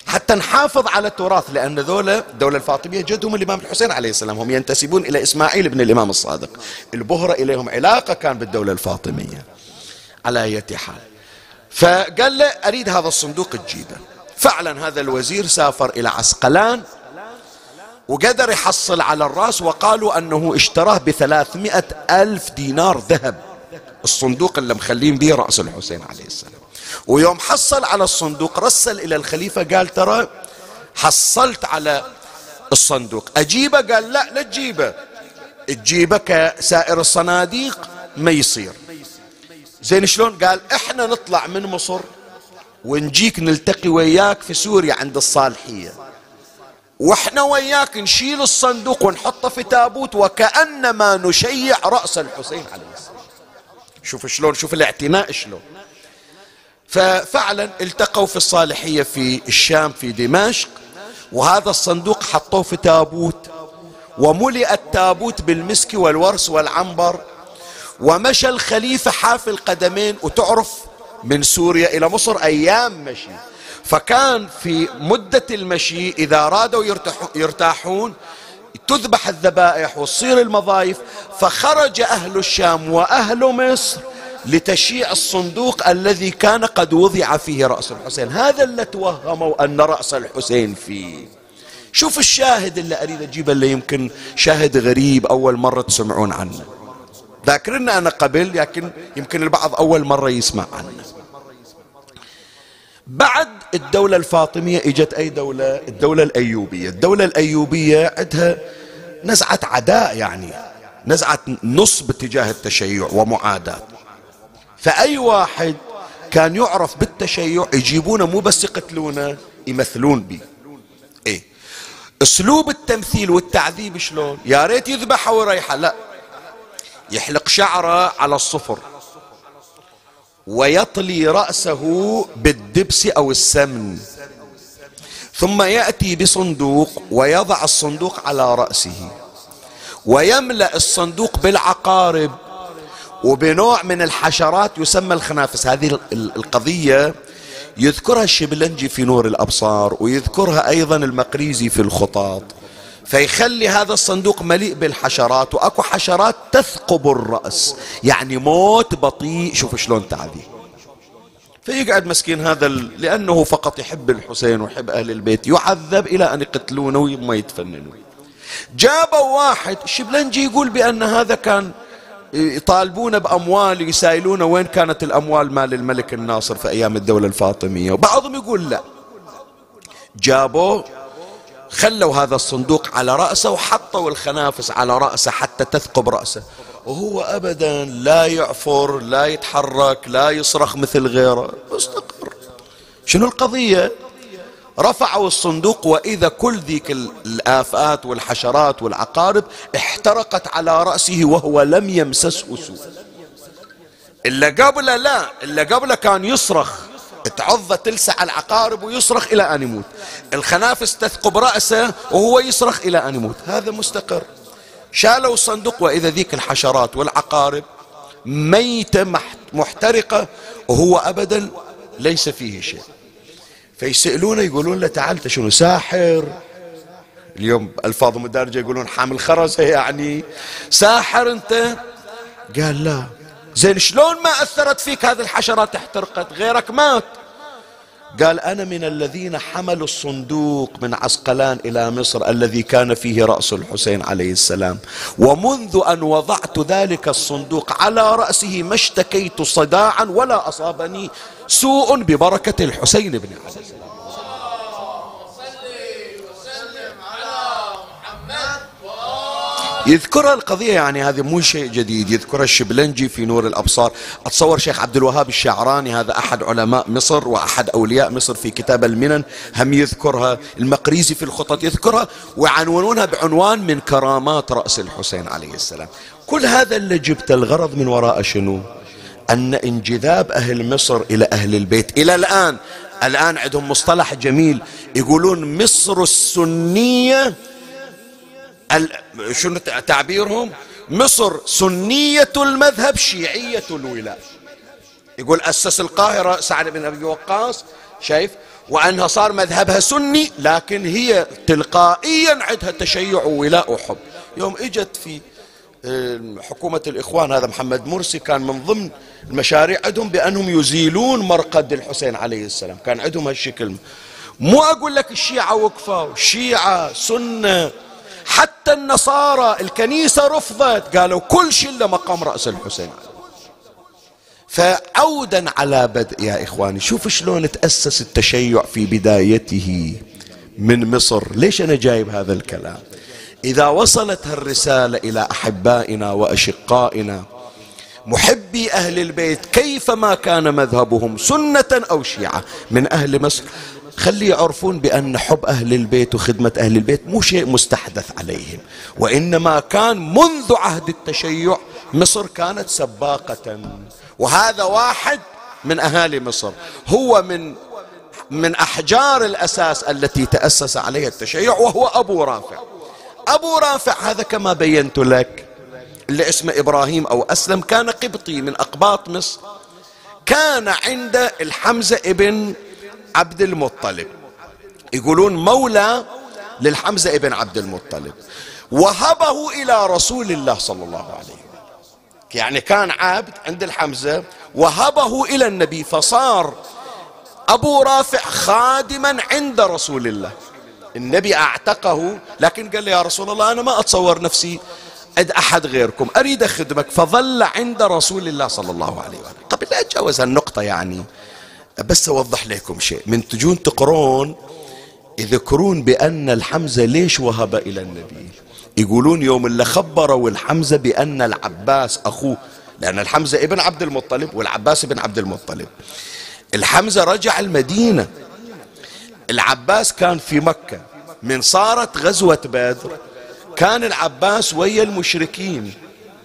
[SPEAKER 1] حتى نحافظ على التراث، لأن ذولا الدولة الفاطمية جدهم الإمام الحسين عليه السلام، هم ينتسبون إلى إسماعيل بن الإمام الصادق، البهرة إليهم علاقة كان بالدولة الفاطمية. على أي حال، فقال له أريد هذا الصندوق تجيبه. فعلا هذا الوزير سافر إلى عسقلان وقدر يحصل على الرأس، وقالوا أنه اشتراه ب300,000 دينار ذهب، الصندوق اللي مخلين به رأس الحسين عليه السلام. ويوم حصل على الصندوق رسل إلى الخليفة قال ترى حصلت على الصندوق، أجيبه؟ قال لا تجيبه، تجيبه كسائر الصناديق ما يصير. زين شلون؟ قال احنا نطلع من مصر ونجيك نلتقي وياك في سوريا عند الصالحية، واحنا وياك نشيل الصندوق ونحطه في تابوت وكأنما نشيع رأس الحسين عليه السلام. شوف شلون، شوف الاعتناء شلون. ففعلا التقوا في الصالحية في الشام في دمشق، وهذا الصندوق حطوه في تابوت، وملئ التابوت بالمسك والورس والعنبر، ومشى الخليفة حافي القدمين، وتعرف من سوريا إلى مصر أيام مشي، فكان في مدة المشي إذا أرادوا يرتاحون تذبح الذبائح وتصير المضايف، فخرج أهل الشام وأهل مصر لتشييع الصندوق الذي كان قد وضع فيه رأس الحسين. هذا اللي توهموا أن رأس الحسين فيه. شوف الشاهد اللي أريد أجيبه، اللي يمكن شاهد غريب أول مرة تسمعون عنه، ذاكرنا أنا قبل لكن يمكن البعض أول مرة يسمع عنه. بعد الدولة الفاطمية اجت أي دولة؟ الدولة الأيوبية. الدولة الأيوبية عندها نزعة عداء، يعني نزعة نصب تجاه التشيع ومعاداة، فأي واحد كان يعرف بالتشيع يجيبونه، مو بس يقتلونه، يمثلون به. ايه اسلوب التمثيل والتعذيب شلون؟ يا ريت يذبحه ويريحه، لا، يحلق شعره على الصفر ويطلي رأسه بالدبس أو السمن، ثم يأتي بصندوق ويضع الصندوق على رأسه، ويملأ الصندوق بالعقارب وبنوع من الحشرات يسمى الخنافس. هذه القضية يذكرها الشبلنجي في نور الأبصار، ويذكرها أيضا المقريزي في الخطاط، فيخلي هذا الصندوق مليء بالحشرات، وأكو حشرات تثقب الرأس، يعني موت بطيء. شوف شلون تعذيب. فيقعد مسكين هذا لأنه فقط يحب الحسين ويحب أهل البيت، يعذب إلى أن يقتلونه وما يتفننون. جابوا واحد الشبلنجي يقول بأن هذا كان يطالبون بأموال، يسائلون وين كانت الأموال مال الملك الناصر في أيام الدولة الفاطمية، وبعضهم يقول لا، جابوا خلوا هذا الصندوق على رأسه وحطوا الخنافس على رأسه حتى تثقب رأسه، وهو أبدا لا يعفر، لا يتحرك، لا يصرخ مثل غيره، مستقر. شنو القضية؟ رفعوا الصندوق وإذا كل ذيك الآفات والحشرات والعقارب احترقت على رأسه وهو لم يمسسه سوء. إلا قبله لا، إلا قبله كان يصرخ، تعض تلسع العقارب ويصرخ إلى أن يموت، الخنافس تثقب رأسه وهو يصرخ إلى أن يموت. هذا مستقر. شالوا الصندوق وإذا ذيك الحشرات والعقارب ميتة محترقة وهو أبدا ليس فيه شيء. فيسألونه يقولون له تعال انت شنو ساحر؟ اليوم ألفاظ مدارجة يقولون حامل خرز، يعني ساحر انت؟ قال لا. زين شلون ما أثرت فيك هذه الحشرات احترقت، غيرك مات؟ قال أنا من الذين حملوا الصندوق من عسقلان إلى مصر الذي كان فيه رأس الحسين عليه السلام، ومنذ أن وضعت ذلك الصندوق على رأسه ما اشتكيت صداعا ولا أصابني سوء ببركة الحسين بن علي. يذكرها القضية، يعني هذا مو شيء جديد، يذكرها الشبلنجي في نور الأبصار. أتصور شيخ عبد الوهاب الشعراني هذا أحد علماء مصر وأحد أولياء مصر في كتاب المنن هم يذكرها، المقريزي في الخطط يذكرها، وعنونونها بعنوان من كرامات رأس الحسين عليه السلام. كل هذا اللي جبت الغرض من وراء شنو؟ أن انجذاب أهل مصر إلى أهل البيت إلى الآن عندهم مصطلح جميل يقولون مصر السنية، شنو تعبيرهم؟ مصر سنية المذهب شيعية الولاء. يقول أسس القاهرة سعد بن أبي وقاص، شايف، وأنها صار مذهبها سني، لكن هي تلقائيا عندها تشيع وولاء وحب. يوم اجت في حكومة الإخوان، هذا محمد مرسي كان من ضمن المشاريع عندهم بأنهم يزيلون مرقد الحسين عليه السلام، كان عندهم هالشكل. مو أقول لك الشيعة وقفوا، الشيعة سنة، حتى النصارى الكنيسة رفضت، قالوا كل شيء إلا مقام رأس الحسين. فعودا على بدء يا إخواني، شوف شلون تأسس التشيع في بدايته من مصر. ليش أنا جايب هذا الكلام؟ إذا وصلت هالرسالة إلى أحبائنا وأشقائنا محبي أهل البيت كيفما كان مذهبهم سنة أو شيعة من أهل مصر، خلي يعرفون بأن حب أهل البيت وخدمة أهل البيت مو شيء مستحدث عليهم، وإنما كان منذ عهد التشيع مصر كانت سباقة. وهذا واحد من أهالي مصر، هو من أحجار الأساس التي تأسس عليها التشيع، وهو أبو رافع. أبو رافع هذا كما بينت لك اللي اسمه إبراهيم أو أسلم، كان قبطي من أقباط مصر، كان عند الحمزة ابن عبد المطلب، يقولون مولى للحمزة ابن عبد المطلب، وهبه إلى رسول الله صلى الله عليه وسلم. يعني كان عبد عند الحمزة وهبه إلى النبي، فصار أبو رافع خادما عند رسول الله. النبي أعتقه، لكن قال لي يا رسول الله أنا ما أتصور نفسي عند أحد غيركم، أريد أخدمك، فظل عند رسول الله صلى الله عليه وسلم. طب لا أتجاوز هالنقطة، يعني بس أوضح لكم شيء. من تجون تقرون يذكرون بأن الحمزة ليش وهب إلى النبي، يقولون يوم اللي خبروا الحمزة بأن العباس أخوه، لأن الحمزة ابن عبد المطلب والعباس ابن عبد المطلب. الحمزة رجع المدينة، العباس كان في مكة. من صارت غزوة بدر كان العباس ويا المشركين،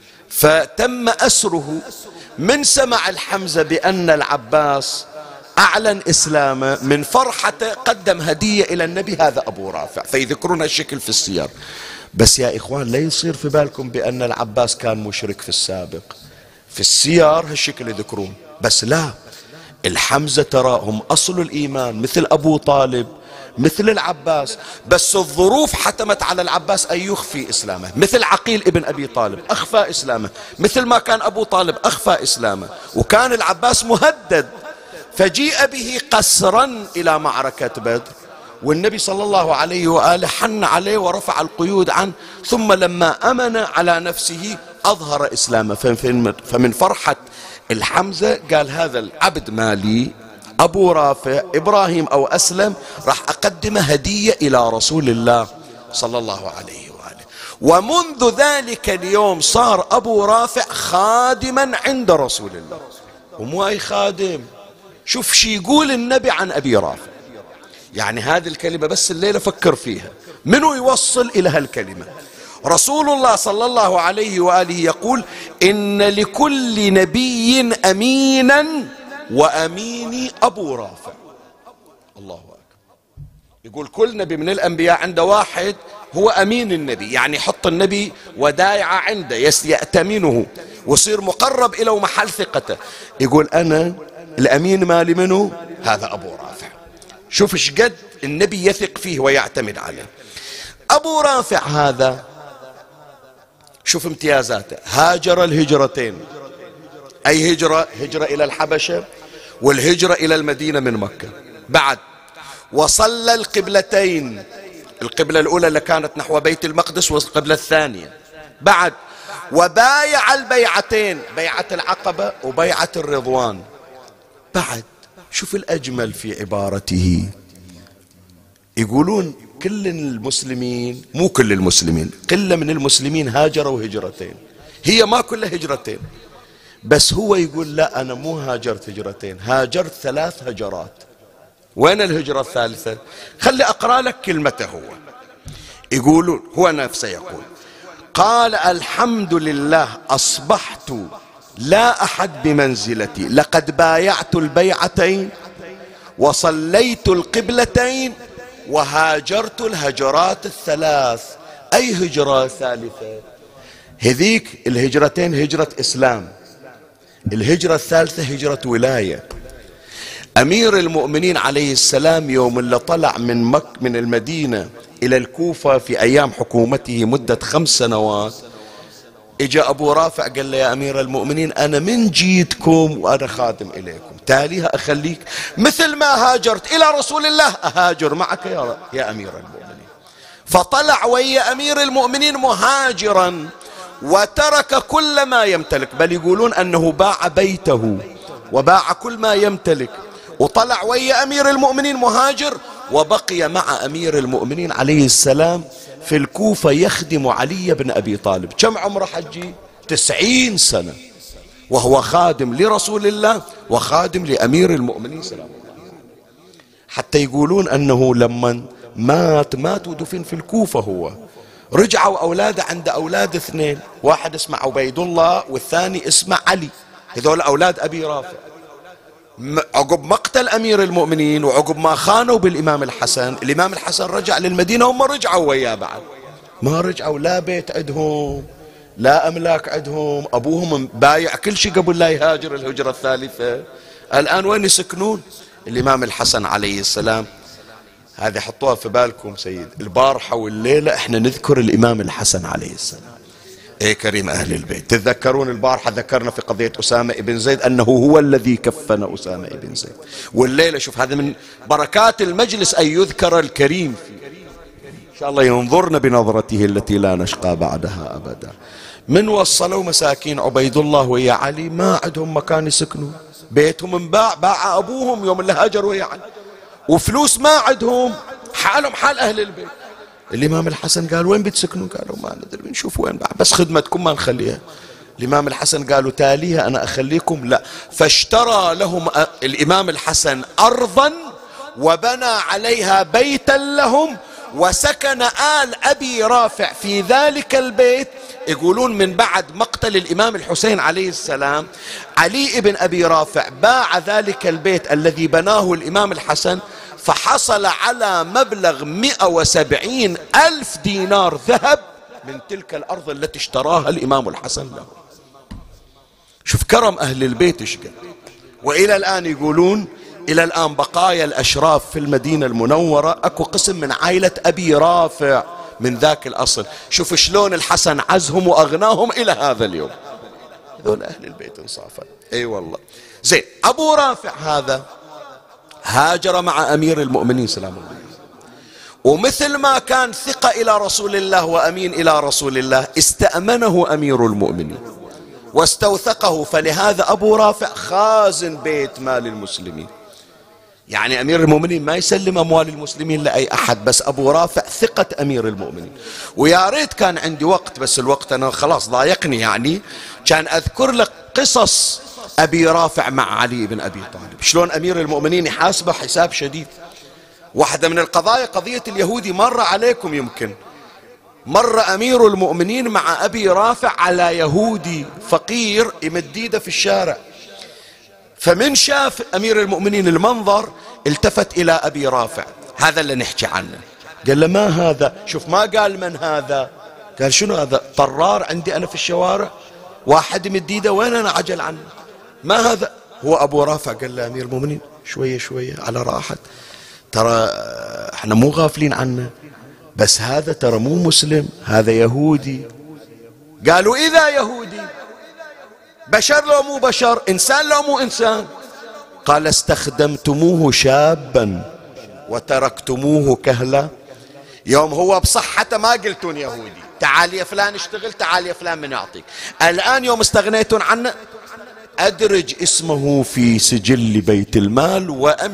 [SPEAKER 1] فتم أسره. من سمع الحمزة بأن العباس أعلن إسلامه، من فرحته قدم هدية إلى النبي، هذا أبو رافع. فيذكرون هالشكل في السير. بس يا إخوان لا يصير في بالكم بأن العباس كان مشرك في السابق، في السير هالشكل يذكرون، بس لا، الحمزة تراهم أصل الإيمان مثل أبو طالب مثل العباس، بس الظروف حتمت على العباس أن يخفي إسلامه، مثل عقيل ابن أبي طالب أخفى إسلامه، مثل ما كان أبو طالب أخفى إسلامه، وكان العباس مهدد، فجيء به قسرا إلى معركة بدر، والنبي صلى الله عليه وآله حن عليه ورفع القيود عنه، ثم لما أمن على نفسه أظهر إسلامه. فمن فرحة الحمزة قال هذا العبد مالي أبو رافع إبراهيم أو أسلم، راح أقدم هدية إلى رسول الله صلى الله عليه وآله. ومنذ ذلك اليوم صار أبو رافع خادما عند رسول الله، ومو أي خادم. شوف شي يقول النبي عن أبي رافع، يعني هذه الكلمة بس الليلة فكر فيها، منو يوصل إلى هالكلمة؟ رسول الله صلى الله عليه وآله يقول إن لكل نبي أمينا وأميني أبو رافع. الله أكبر. يقول كل نبي من الأنبياء عنده واحد هو أمين النبي، يعني يحط النبي ودايعة عنده يأتمنه ويصير مقرب إلى محل ثقته. يقول أنا الأمين مالي منه هذا أبو رافع. شوف ايش قد النبي يثق فيه ويعتمد عليه. أبو رافع هذا شوف امتيازاته، هاجر الهجرتين، أي هجرة؟ هجرة إلى الحبشة والهجرة إلى المدينة من مكة. بعد وصلى القبلتين، القبلة الأولى اللي كانت نحو بيت المقدس والقبلة الثانية. بعد وبايع البيعتين، بيعة العقبة وبيعة الرضوان. بعد شوف الأجمل في عبارته، يقولون كل المسلمين، مو كل المسلمين، قلة من المسلمين هاجروا هجرتين، هي ما كلها هجرتين، بس هو يقول لا أنا مو هاجرت هجرتين، هاجرت 3 هجرات. وين الهجرة الثالثة؟ خلي أقرأ لك كلمته هو. يقولون هو نفسه يقول قال الحمد لله أصبحت لا أحد بمنزلتي، لقد بايعت البيعتين وصليت القبلتين وهاجرت الهجرات ال3. أي هجرة ثالثة؟ هذيك الهجرتين هجرة إسلام، الهجرة الثالثة هجرة ولاية. أمير المؤمنين عليه السلام يوم اللي طلع من المدينة إلى الكوفة في أيام حكومته مدة 5 سنوات، إجا أبو رافع قال له يا أمير المؤمنين أنا من جيتكم وأنا خادم إليكم، تاليها أخليك مثل ما هاجرت إلى رسول الله أهاجر معك يا أمير المؤمنين. فطلع ويا أمير المؤمنين مهاجرا وترك كل ما يمتلك، بل يقولون أنه باع بيته وباع كل ما يمتلك وطلع ويا أمير المؤمنين مهاجر، وبقي مع أمير المؤمنين عليه السلام في الكوفة يخدم علي بن أبي طالب. كم عمره حجي؟ 90 سنة، وهو خادم لرسول الله وخادم لأمير المؤمنين سلام الله. حتى يقولون أنه لما مات ودفن في الكوفة هو، رجعوا أولاده، عنده أولاد 2، واحد اسمه عبيد الله والثاني اسمه علي، هذول أولاد أبي رافع. عقب مقتل أمير المؤمنين وعقب ما خانوا بالإمام الحسن، الإمام الحسن رجع للمدينة، هم رجعوا وياه بعد، ما رجعوا لا بيت عندهم لا أملاك عندهم، أبوهم بايع كل شيء قبل لا يهاجر الهجرة الثالثة. الآن وين يسكنون؟ الإمام الحسن عليه السلام. هذه حطوها في بالكم سيد، البارحة والليلة احنا نذكر الإمام الحسن عليه السلام. ايه كريم أهل البيت، تتذكرون البارحة ذكرنا في قضية أسامة ابن زيد أنه هو الذي كفن أسامة ابن زيد، والليلة شوف هذا من بركات المجلس أن يذكر الكريم فيه، إن شاء الله ينظرنا بنظرته التي لا نشقى بعدها أبدا. من وصلوا مساكين عبيد الله ويا علي ما عندهم مكان يسكنوا، بيتهم انباع، باع أبوهم يوم اللي هاجروا ويا علي، وفلوس ما عندهم، حالهم حال أهل البيت. الإمام الحسن قال وين بتسكنوا؟ قالوا ما ندري بنشوف وين، بس خدمتكم ما نخليها. الإمام الحسن قالوا تاليها أنا أخليكم، لا. فاشترى لهم الإمام الحسن أرضا وبنى عليها بيتا لهم، وسكن آل أبي رافع في ذلك البيت. يقولون من بعد مقتل الإمام الحسين عليه السلام، علي بن أبي رافع باع ذلك البيت الذي بناه الإمام الحسن، فحصل على مبلغ 170,000 دينار ذهب من تلك الأرض التي اشتراها الإمام الحسن له. شوف كرم أهل البيت شقد. وإلى الآن يقولون إلى الآن بقايا الأشراف في المدينة المنورة أكو قسم من عائلة أبي رافع من ذاك الأصل. شوف شلون الحسن عزهم وأغناهم إلى هذا اليوم، هذول أهل البيت انصافا. أي والله. زين، أبو رافع هذا هاجر مع أمير المؤمنين سلام الله عليه، ومثل ما كان ثقة إلى رسول الله وأمين إلى رسول الله، استأمنه أمير المؤمنين واستوثقه، فلهذا أبو رافع خازن بيت مال المسلمين. يعني أمير المؤمنين ما يسلم أموال المسلمين لأي أحد، بس أبو رافع ثقة أمير المؤمنين. ويا ريت كان عندي وقت، بس الوقت أنا خلاص ضايقني، يعني كان أذكر لك قصص أبي رافع مع علي بن أبي طالب، شلون أمير المؤمنين يحاسبه حساب شديد. واحدة من القضايا قضية اليهودي، مر عليكم يمكن، مر أمير المؤمنين مع أبي رافع على يهودي فقير يمد ايده في الشارع، فمن شاف أمير المؤمنين المنظر التفت إلى أبي رافع، هذا اللي نحكي عنه، قال له ما هذا؟ شوف ما قال من هذا، قال شنو هذا؟ طرار عندي أنا في الشوارع، واحد يمد ايده وين أنا عجل عنه، ما هذا؟ هو أبو رافع قال له أمير المؤمنين شوية شوية على راحت، ترى احنا مو غافلين عنه، بس هذا ترى مو مسلم، هذا يهودي. قالوا إذا يهودي بشر لو مو بشر، إنسان لو مو إنسان؟ قال استخدمتموه شابا وتركتموه كهلا. يوم هو بصحته ما قلتون يهودي، تعال يا فلان اشتغل، تعال يا فلان من يعطيك. الآن يوم استغنيتون عنه أدرج اسمه في سجل بيت المال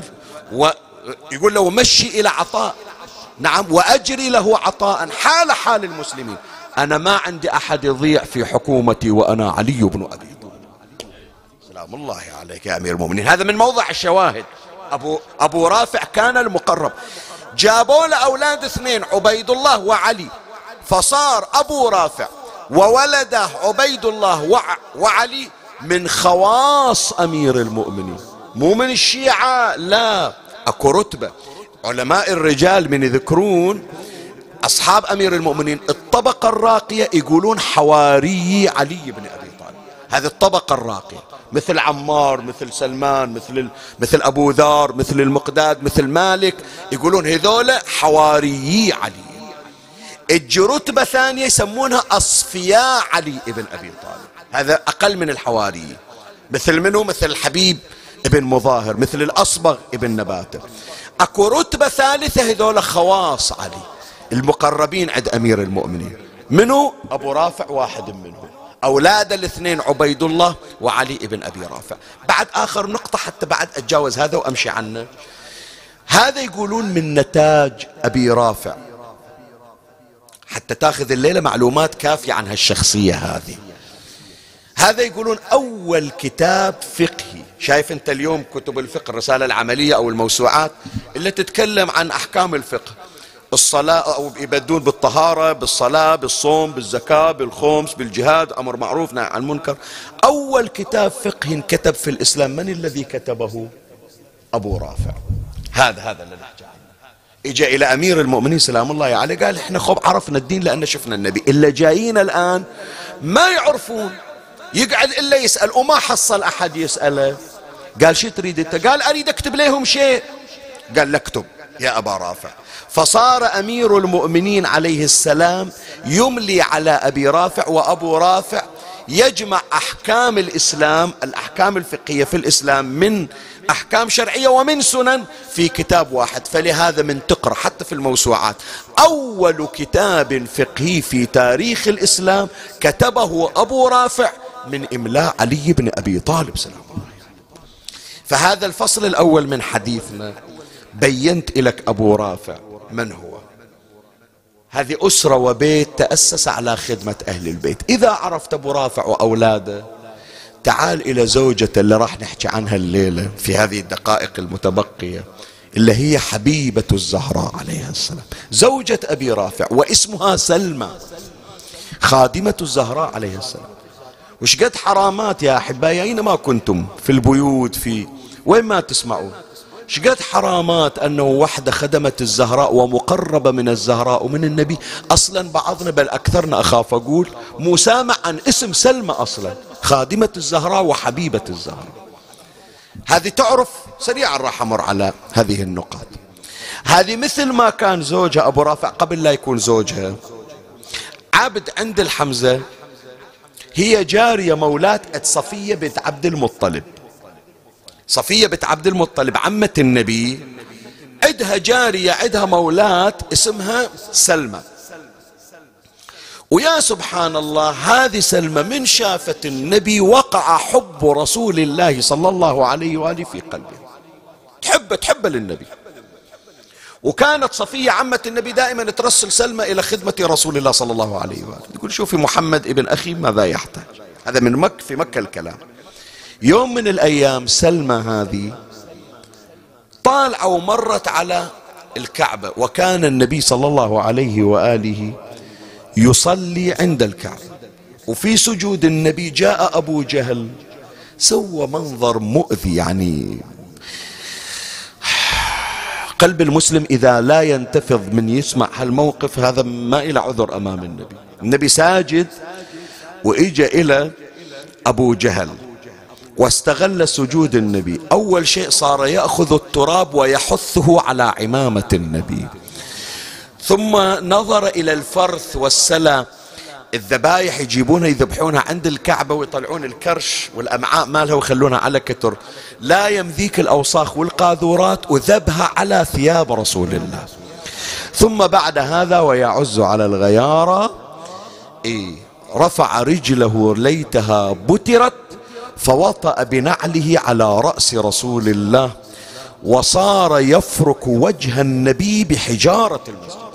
[SPEAKER 1] ويقول له مشي إلى عطاء، نعم، وأجري له عطاء حال حال المسلمين. أنا ما عندي أحد يضيع في حكومتي وأنا علي بن أبي طالب سلام الله عليك يا أمير المؤمنين. هذا من موضع الشواهد. أبو رافع كان المقرب، جابوا له أولاد 2 عبيد الله وعلي، فصار أبو رافع وولده عبيد الله وعلي من خواص أمير المؤمنين، مو من الشيعة، لا، أكو رتبة. علماء الرجال من يذكرون أصحاب أمير المؤمنين الطبقة الراقية يقولون حواري علي بن أبي طالب، هذه الطبقة الراقية، مثل عمار، مثل سلمان، مثل أبو ذر، مثل المقداد، مثل مالك، يقولون هذول حواريي علي. اجي رتبة ثانية يسمونها أصفياء علي ابن أبي طالب، هذا أقل من الحواري، مثل منه؟ مثل الحبيب ابن مظاهر، مثل الأصبغ ابن نباتة. أكو رتبة ثالثة هذول خواص علي، المقربين عند أمير المؤمنين. منو؟ أبو رافع واحد منهم، أولاد الاثنين عبيد الله وعلي ابن أبي رافع. بعد آخر نقطة حتى بعد أتجاوز هذا وأمشي عنه. هذا يقولون من نتاج أبي رافع، حتى تاخذ الليلة معلومات كافية عن هالشخصية هذه. هذا يقولون أول كتاب فقهي. شايف أنت اليوم كتب الفقه، الرسالة العملية أو الموسوعات اللي تتكلم عن أحكام الفقه، الصلاة أو يبدون بالطهارة، بالصلاة، بالصوم، بالزكاة، بالخمس، بالجهاد، أمر معروف نهي عن المنكر. أول كتاب فقهي كتب في الإسلام من الذي كتبه؟ أبو رافع. هذا اللي نحكي عنه. اجى الى امير المؤمنين سلام الله عليه قال احنا خب عرفنا الدين لان شفنا النبي، الا جايين الان ما يعرفون، يقعد الا يسال وما حصل احد يساله. قال شو تريد انت؟ قال اريد اكتب لهم شيء. قال له اكتب يا ابا رافع. فصار امير المؤمنين عليه السلام يملي على ابي رافع، وابو رافع يجمع احكام الاسلام، الاحكام الفقهيه في الاسلام من أحكام شرعية ومن سنن في كتاب واحد. فلهذا من تقرأ حتى في الموسوعات أول كتاب فقهي في تاريخ الإسلام كتبه أبو رافع من إملاء علي بن أبي طالب سلام الله عليه. فهذا الفصل الأول من حديثنا بينت لك أبو رافع من هو. هذه أسرة وبيت تأسس على خدمة أهل البيت. إذا عرفت أبو رافع وأولاده، تعال إلى زوجته اللي راح نحكي عنها الليلة في هذه الدقائق المتبقية، اللي هي حبيبة الزهراء عليها السلام، زوجة أبي رافع، واسمها سلمى خادمة الزهراء عليها السلام. وش قد حرامات يا أحبائي أينما كنتم في البيوت، في وين ما تسمعون، شقد حرامات أنه وحدة خدمت الزهراء ومقربة من الزهراء ومن النبي. أصلا بعضنا بل أكثرنا أخاف أقول مو سامع عن اسم سلمى أصلا، خادمة الزهراء وحبيبة الزهراء. هذه تعرف سريعا راح أمر على هذه النقاط. هذه مثل ما كان زوجها أبو رافع قبل لا يكون زوجها عبد عند الحمزة، هي جارية مولاة صفية بنت عبد المطلب. صفية بنت عبد المطلب عمة النبي عندها جارية، عندها مولاة اسمها سلمى. ويا سبحان الله هذه سلمى من شافت النبي وقع حب رسول الله صلى الله عليه وآله في قلبه، تحب للنبي. وكانت صفية عمة النبي دائما ترسل سلمى إلى خدمة رسول الله صلى الله عليه وآله، تقول شوفي محمد ابن أخي ماذا يحتاج. هذا من مكة، في مكة الكلام. يوم من الأيام سلمى هذه طالعة ومرت على الكعبة، وكان النبي صلى الله عليه وآله يصلي عند الكعبة، وفي سجود النبي جاء أبو جهل سوى منظر مؤذي. يعني قلب المسلم إذا لا ينتفض من يسمع هالموقف هذا ما إلى عذر أمام النبي. النبي ساجد وإجا إلى أبو جهل واستغل سجود النبي. أول شيء صار يأخذ التراب ويحثه على عمامة النبي، ثم نظر إلى الفرث والسلى، الذبايح يجيبونها يذبحونها عند الكعبة ويطلعون الكرش والأمعاء مالها ويخلونها على كتر، لا يمذيك الأوساخ والقاذورات، وذبها على ثياب رسول الله. ثم بعد هذا ويعز على الغيارة رفع رجله ليتها بترت فوطأ بنعله على رأس رسول الله، وصار يفرك وجه النبي بحجارة المسجد.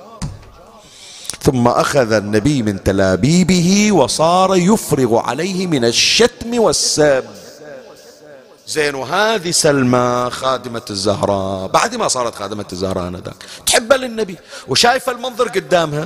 [SPEAKER 1] ثم أخذ النبي من تلابيبه وصار يفرغ عليه من الشتم والسب. زين، وهذه سلمى خادمة الزهراء بعد ما صارت خادمة الزهراء آنذاك تحب للنبي وشايفة المنظر قدامها،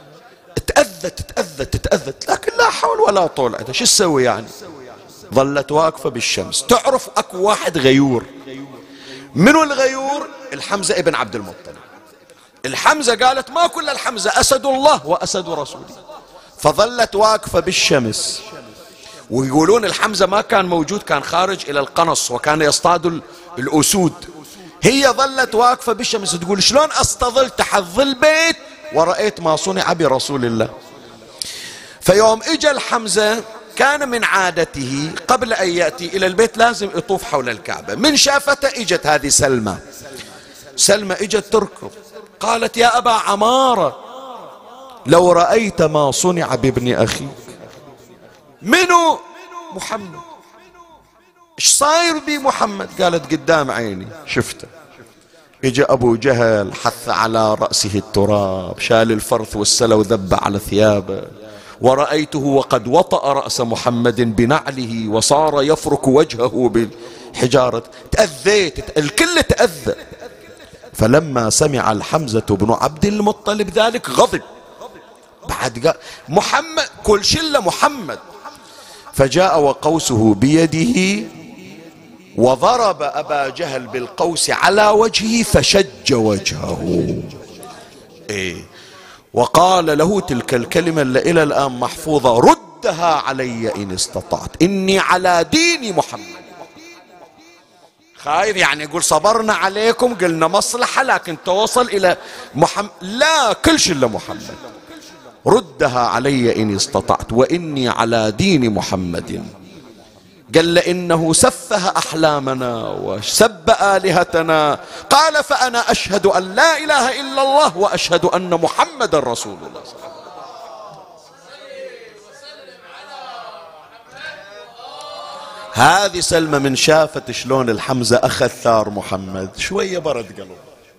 [SPEAKER 1] تأذت لكن لا حول ولا طول عندها. شو تسوي يعني؟ ظلت واقفة بالشمس. تعرف أكو واحد غيور. منو الغيور؟ الحمزة ابن عبد المطلب. الحمزة قالت ما كل الحمزة، أسد الله وأسد رسوله. فظلت واقفة بالشمس ويقولون الحمزة ما كان موجود، كان خارج إلى القنص وكان يصطاد الأسود. هي ظلت واقفة بالشمس تقول شلون أستظل تحت ظل بيت ورأيت ما صنع برسول الله. فيوم اجى الحمزة كان من عادته قبل أن يأتي إلى البيت لازم يطوف حول الكعبة. من شافته اجت هذه سلمى اجت تركض، قالت يا أبا عمارة لو رأيت ما صنع بابن أخيك. منو؟ محمد. ايش صاير بمحمد؟ قالت قدام عيني شفته. اجى أبو جهل حث على رأسه التراب، شال الفرث والسلة وذب على ثيابه، ورأيته وقد وطأ رأس محمد بنعله وصار يفرك وجهه بالحجارة. تأذيت، الكل تأذى. فلما سمع الحمزة بن عبد المطلب ذلك غضب، بعد قال محمد كل شلة محمد، فجاء وقوسه بيده وضرب أبا جهل بالقوس على وجهه فشج وجهه. وقال له تلك الكلمة اللي إلى الآن محفوظة: ردها علي إن استطعت، إني على دين محمد. خايف يعني يقول صبرنا عليكم، قلنا مصلحة لكن توصل إلى محمد، لا كل شيء إلا محمد. ردها علي إن استطعت وإني على دين محمد. قال إنه سفه أحلامنا وسب آلهتنا. قال فأنا أشهد أن لا إله إلا الله وأشهد أن محمد رسول الله. هذه سلمى من شافت شلون الحمزة أخذ ثار محمد شوية برد قلبه.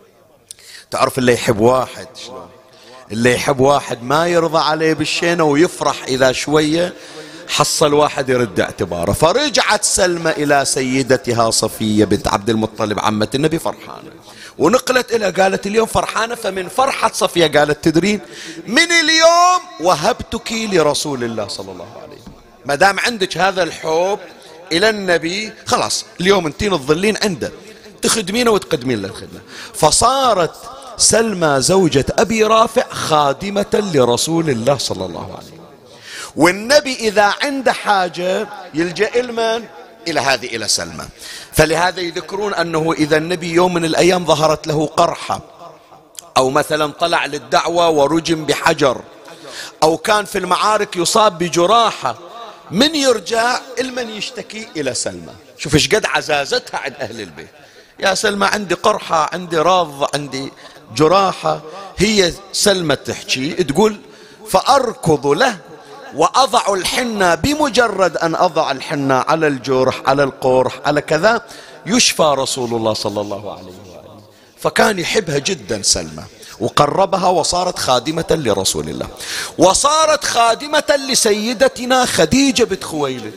[SPEAKER 1] تعرف اللي يحب واحد شلون؟ اللي يحب واحد ما يرضى عليه بالشينة ويفرح إذا شوية حصل واحد يرد اعتباره. فرجعت سلمى إلى سيدتها صفية بنت عبد المطلب عمة النبي فرحانة، ونقلت إلى قالت اليوم فرحانة. فمن فرحة صفية قالت تدرين من اليوم وهبتك لرسول الله صلى الله عليه وسلم، ما دام عندك هذا الحب إلى النبي خلاص اليوم انتين تظلين عنده تخدمينه وتقدمين للخدمة. فصارت سلمى زوجة أبي رافع خادمة لرسول الله صلى الله عليه وسلم. والنبي إذا عنده حاجة يلجأ إلمن؟ إلى هذه إلى سلمى. فلهذا يذكرون أنه إذا النبي يوم من الأيام ظهرت له قرحة، أو مثلا طلع للدعوة ورجم بحجر، أو كان في المعارك يصاب بجراحة، من يرجع المن يشتكي إلى سلمى. شوف ايش قد عزازتها عند أهل البيت. يا سلمى عندي قرحة، عندي راض، عندي جراحة. هي سلمى تحكي تقول فأركض له وأضع الحنة، بمجرد أن أضع الحنة على الجرح على القرح على كذا يشفى رسول الله صلى الله عليه وآله. فكان يحبها جدا سلمى، وقربها وصارت خادمة لرسول الله، وصارت خادمة لسيدتنا خديجة بنت خويلد.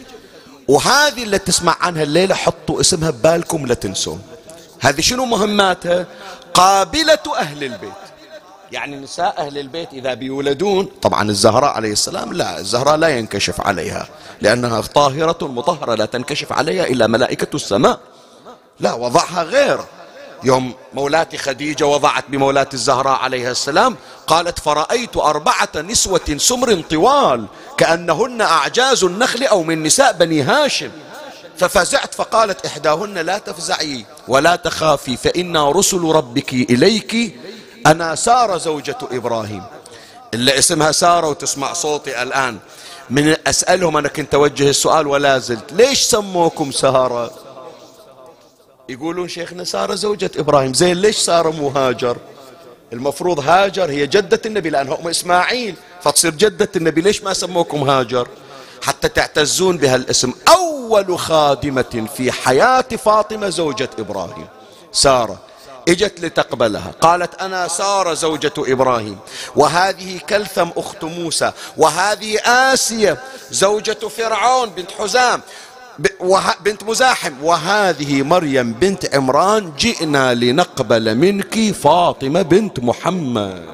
[SPEAKER 1] وهذه اللي تسمع عنها الليلة حطوا اسمها ببالكم لا تنسون. هذه شنو مهماتها؟ قابلة أهل البيت. يعني نساء أهل البيت إذا بيولدون، طبعا الزهراء عليه السلام لا، الزهراء لا ينكشف عليها لأنها طاهرة مطهرة لا تنكشف عليها إلا ملائكة السماء، لا وضعها غير. يوم مولاتي خديجة وضعت بمولاتي الزهراء عليها السلام قالت فرأيت 4 نسوة سمر طوال كأنهن أعجاز النخل أو من نساء بني هاشم. ففزعت فقالت إحداهن لا تفزعي ولا تخافي فإنا رسل ربك إليك، أنا سارة زوجة إبراهيم. اللي اسمها سارة وتسمع صوتي الآن من أسألهم، أنا كنت أوجه السؤال ولا زلت، ليش سموكم سارة؟ يقولون شيخنا سارة زوجة إبراهيم. زين ليش سارة مو هاجر؟ المفروض هاجر هي جدة النبي لأنها أم إسماعيل فتصير جدة النبي، ليش ما سموكم هاجر؟ حتى تعتزون بها الاسم. أول خادمة في حياة فاطمة زوجة إبراهيم سارة، اجت لتقبلها قالت أنا سارة زوجة إبراهيم، وهذه كلثم أخت موسى، وهذه آسية زوجة فرعون بنت حزام بنت مزاحم، وهذه مريم بنت عمران، جئنا لنقبل منك فاطمة بنت محمد.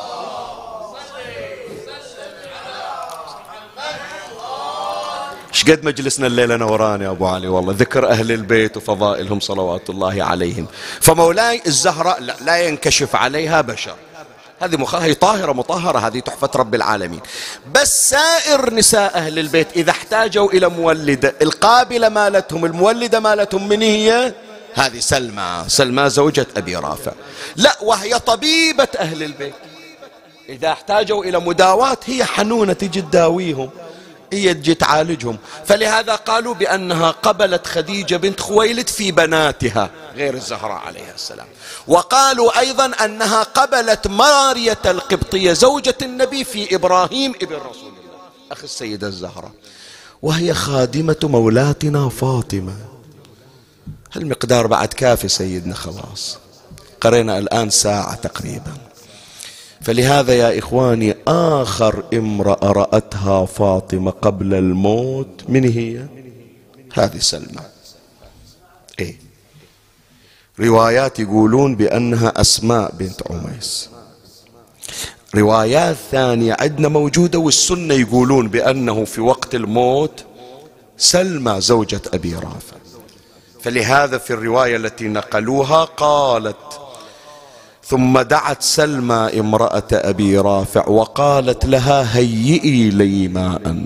[SPEAKER 1] شقد مجلسنا الليلة نوران يا أبو علي، والله ذكر أهل البيت وفضائلهم صلوات الله عليهم. فمولاي الزهراء لا ينكشف عليها بشر، هذه طاهرة مطهرة، هذه تحفة رب العالمين. بس سائر نساء أهل البيت إذا احتاجوا إلى مولدة، القابلة مالتهم، المولدة مالتهم من هي؟ هذه سلمى زوجة أبي رافع. لا، وهي طبيبة أهل البيت، إذا احتاجوا إلى مداواة هي حنونة تجي تداويهم، هي تجي تعالجهم. فلهذا قالوا بأنها قبلت خديجة بنت خويلد في بناتها غير الزهراء عليها السلام. وقالوا أيضا أنها قبلت مارية القبطية زوجة النبي في إبراهيم ابن رسول الله أخي السيدة الزهراء، وهي خادمة مولاتنا فاطمة. هالمقدار بعد كافي سيدنا، خلاص قرينا الآن ساعة تقريبا. فلهذا يا إخواني آخر امرأة رأتها فاطمة قبل الموت من هي؟ هذه سلمى. إيه؟ روايات يقولون بأنها أسماء بنت عميس، روايات ثانية عندنا موجودة والسنة يقولون بأنه في وقت الموت سلمى زوجة أبي رافع. فلهذا في الرواية التي نقلوها قالت: ثم دعت سلمى امرأة أبي رافع وقالت لها: هيئي لي ماء،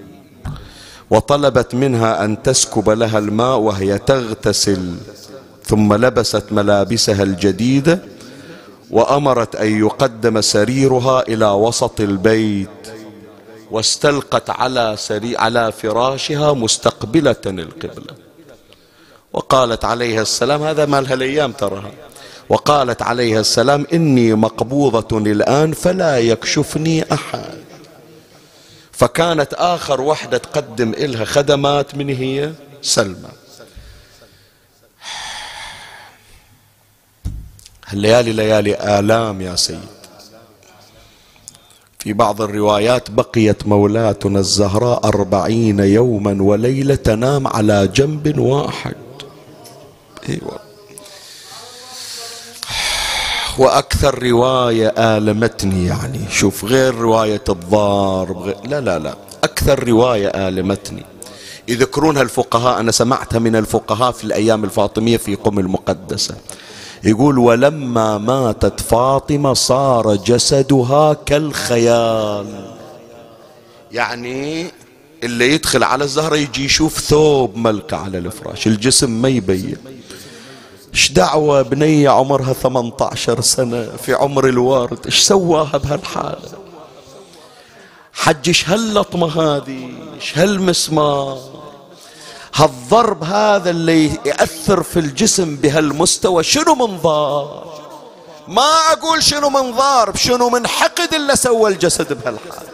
[SPEAKER 1] وطلبت منها أن تسكب لها الماء وهي تغتسل، ثم لبست ملابسها الجديدة وأمرت أن يقدم سريرها إلى وسط البيت، واستلقت على فراشها مستقبلة القبلة، وقالت عليها السلام، هذا مالها الأيام تراها، وقالت عليها السلام: إني مقبوضة الآن فلا يكشفني أحد. فكانت آخر وحدة تقدم إلها خدمات من هي؟ سلمى. الليالي ليالي آلام يا سيد. في بعض الروايات بقيت مولاتنا الزهراء 40 يوما وليلة تنام على جنب واحد. أيوة. وأكثر رواية آلمتني، يعني شوف، غير رواية الضارب، لا أكثر رواية آلمتني يذكرونها الفقهاء، أنا سمعتها من الفقهاء في الأيام الفاطمية في قم المقدسة، يقول: ولما ماتت فاطمة صار جسدها كالخيال. يعني اللي يدخل على الزهرة يجي يشوف ثوب ملقى على الفراش، الجسم ما يبين. ايش دعوة بنية عمرها 18 سنة في عمر الورد، ايش سواها بهالحالة؟ حج ايش هاللطمة هذه، ايش هالمسمار، هالضرب هذا اللي يأثر في الجسم بهالمستوى، شنو منظار؟ ما أقول شنو من ضارب، شنو من حقد اللي سوى الجسد بهالحال.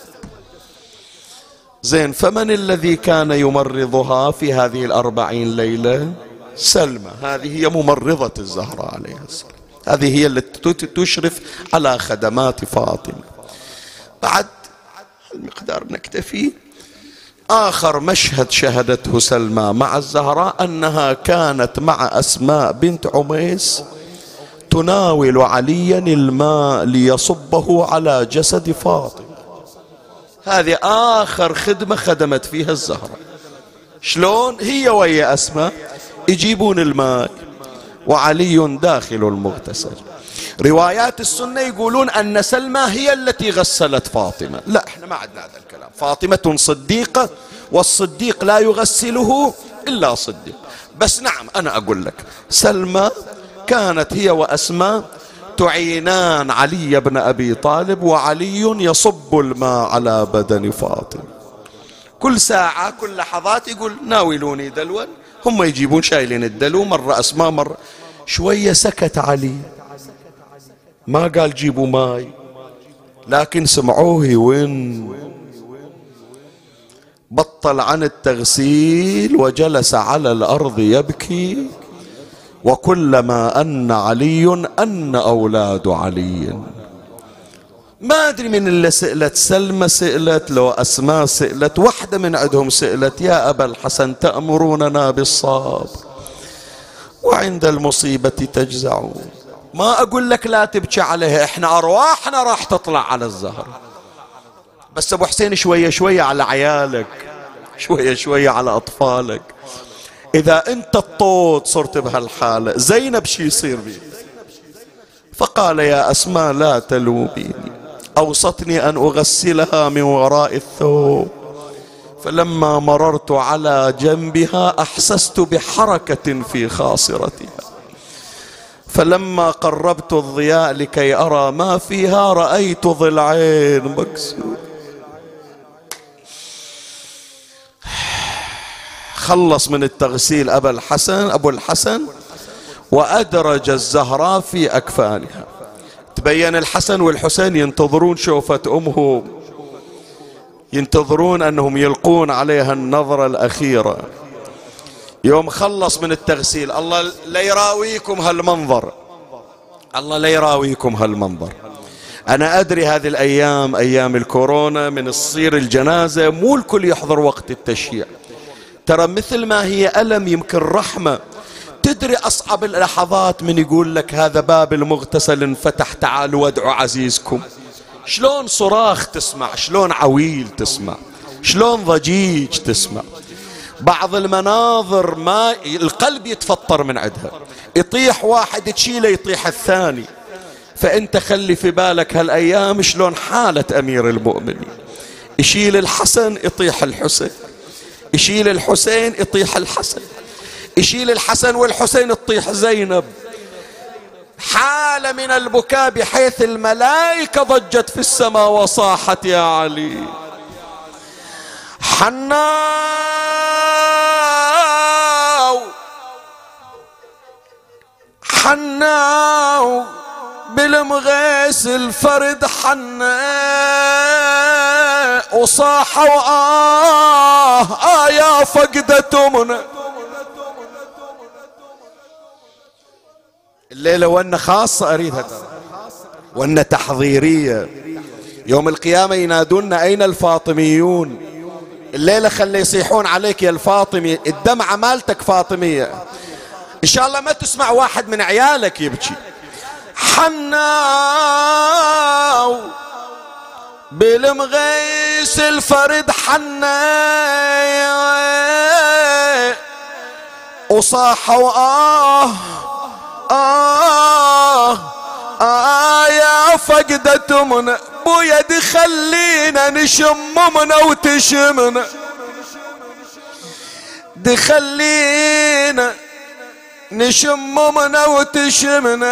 [SPEAKER 1] زين، فمن الذي كان يمرضها في هذه 40 ليلة؟ سلمى. هذه هي ممرضة الزهراء عليها السلام، هذه هي التي تشرف على خدمات فاطمة. بعد المقدار نكتفي. آخر مشهد شهدته سلمى مع الزهراء أنها كانت مع أسماء بنت عميس تناول عليا الماء ليصبه على جسد فاطمة. هذه آخر خدمة خدمت فيها الزهراء. شلون؟ هي ويا أسماء يجيبون الماء وعلي داخل المغتسل. روايات السنة يقولون أن سلمى هي التي غسلت فاطمة. لا، احنا ما عندنا هذا الكلام. فاطمة صديقة، والصديق لا يغسله إلا صديق. بس نعم، أنا أقول لك سلمى كانت هي وأسماء تعينان علي بن أبي طالب، وعلي يصب الماء على بدن فاطمة كل ساعة، كل لحظات يقول: ناولوني دلوا. هم يجيبون شايلين الدلو، مرة أسماء مرة. شوية سكت علي، ما قال جيبوا ماي، لكن سمعوه يون، بطل عن التغسيل وجلس على الأرض يبكي. وكلما أن علي أن أولاد علي. ما أدري من اللي سئلت، سلمى سئلت، لو أسماء سئلت، واحدة من عندهم سئلت: يا أبا الحسن تأمروننا بالصبر وعند المصيبة تجزعون. ما أقول لك لا تبكي عليها، احنا أرواحنا راح تطلع على الزهر، بس أبو حسين شوية شوية على عيالك، شوية شوية على أطفالك. إذا أنت الطوط صرت بهالحالة، زينب شي يصير بي؟ فقال: يا أسماء لا تلوميني، أوصتني أن أغسلها من وراء الثوب، فلما مررت على جنبها أحسست بحركة في خاصرتها، فلما قربت الضياء لكي أرى ما فيها رأيت ضلعين مكسور. خلص من التغسيل أبو الحسن وأدرج الزهراء في أكفانها. تبين الحسن والحسين ينتظرون شوفة أمهم، ينتظرون أنهم يلقون عليها النظرة الأخيرة. يوم خلص من التغسيل، الله لا يراويكم هالمنظر، الله لا يراويكم هالمنظر. أنا أدري هذه الأيام أيام الكورونا من تصير الجنازة مو الكل يحضر وقت التشييع، ترى مثل ما هي ألم يمكن رحمة. تدري أصعب اللحظات من يقول لك هذا باب المغتسل انفتح تعالوا وادعوا عزيزكم، شلون صراخ تسمع، شلون عويل تسمع، شلون ضجيج تسمع. بعض المناظر ما القلب يتفطر من عندها، يطيح واحد تشيله يطيح الثاني. فأنت خلي في بالك هالأيام شلون حالة أمير المؤمنين، يشيل الحسن يطيح الحسين، يشيل الحسين يطيح الحسن، يشيل الحسن والحسين تطيح زينب. حالة من البكاء بحيث الملائكة ضجت في السماء وصاحت يا علي حناو حناو بالمغيس الفرد حنا وصاحوا يا فقدة منا. الليلة وأن خاصة أريدها وأن تحضيرية. يوم القيامة ينادون أين الفاطميون. الليلة خلي يصيحون عليك يا الفاطمي، الدمعة مالتك فاطمية، إن شاء الله ما تسمع واحد من عيالك يبكي. حناو بالمغيس الفرد حنا وصاحوا يا فقدة منا بويا دخلينا نشممنا وتشمنا، دخلينا نشممنا وتشمنا،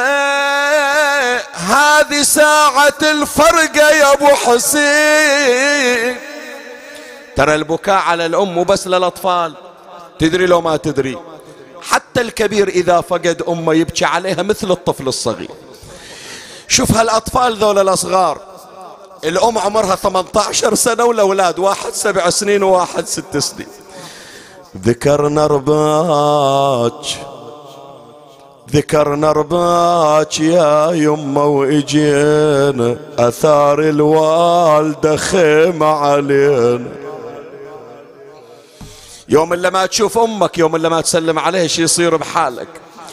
[SPEAKER 1] هذه ساعة الفرقة يا ابو حسين. ترى البكاء على الام مو بس للاطفال، تدري لو ما تدري حتى الكبير اذا فقد امه يبكي عليها مثل الطفل الصغير. شوف هالاطفال ذول الاصغار، الام عمرها 18 سنة والاولاد واحد 7 سنين وواحد 6 سنين. ذكرنا رباك ذكرنا رباك يا يمه واجينا، اثار الوالده خيمه علينا. يوم اللي ما تشوف امك، يوم اللي ما تسلم عليها، شي يصير بحالك.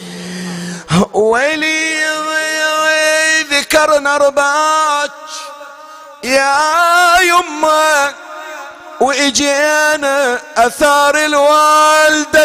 [SPEAKER 1] ويلي ذكرنا رباك يا يمه واجينا، اثار الوالده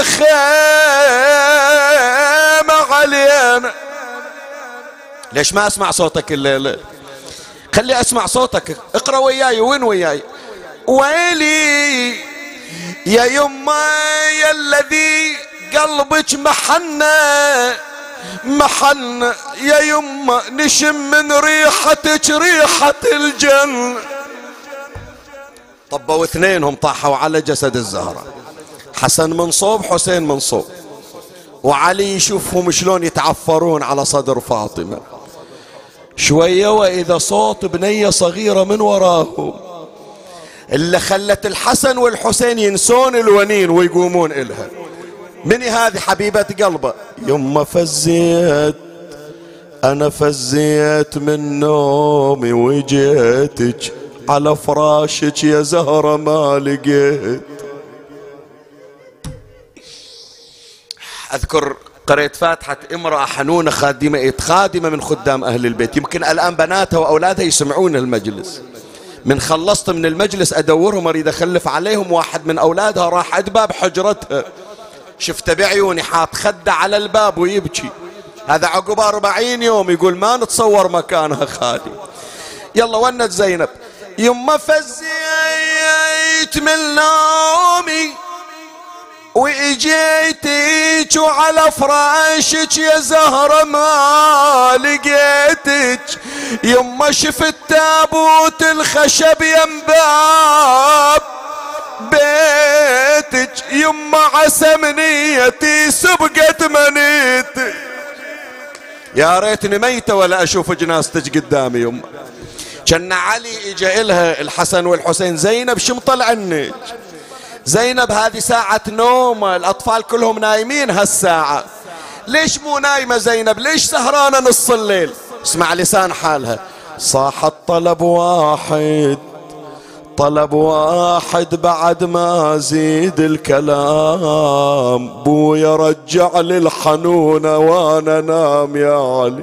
[SPEAKER 1] خيمه علينا. ليش ما اسمع صوتك الليله؟ خلي اسمع صوتك، اقرا وياي. وين وياي؟ ويلي يا يمه يا الذي قلبك محنه محنه، يا يمه نشم من ريحتك ريحه الجنه. طبوا اثنينهم طاحوا على جسد الزهراء، حسن من صوب حسين من صوب، وعلي يشوفهم شلون يتعفرون على صدر فاطمة. شوية وإذا صوت بنية صغيرة من وراهم اللي خلت الحسن والحسين ينسون الونين ويقومون إلها. من هذه حبيبة قلبه؟ يما فزيت أنا فزيت من نومي وجيتك على فراشك يا زهرة ما لقيت. أذكر قريت فاتحة امرأة حنونة خادمة من خدام أهل البيت، يمكن الآن بناتها وأولادها يسمعون المجلس. من خلصت من المجلس أدورهم أريد أخلف عليهم، واحد من أولادها راح عند باب حجرتها شفته بعيوني حاط خده على الباب ويبكي. هذا عقب 40 يوم يقول ما نتصور مكانها خالي. يلا ونت زينب. يما فزيت قمت من نومي واجيتك وعلى فراشك يا زهرة ما لقيتك، يما شفت تابوت الخشب ينباب بيتك، يما عسى منيتي سبقت منيتك. يا ريتني ميتة ولا اشوف جنازتك قدامي يما. كان علي اجا الها الحسن والحسين، زينب شو مطلع عنك؟ زينب هذه ساعة نوم، الأطفال كلهم نايمين هالساعة، ليش مو نايمة زينب؟ ليش سهرانة نص الليل؟ اسمع لسان حالها. صاحت طلب واحد، طلب واحد بعد ما زيد الكلام، بويا رجع لي الحنونة وانا نام يا علي.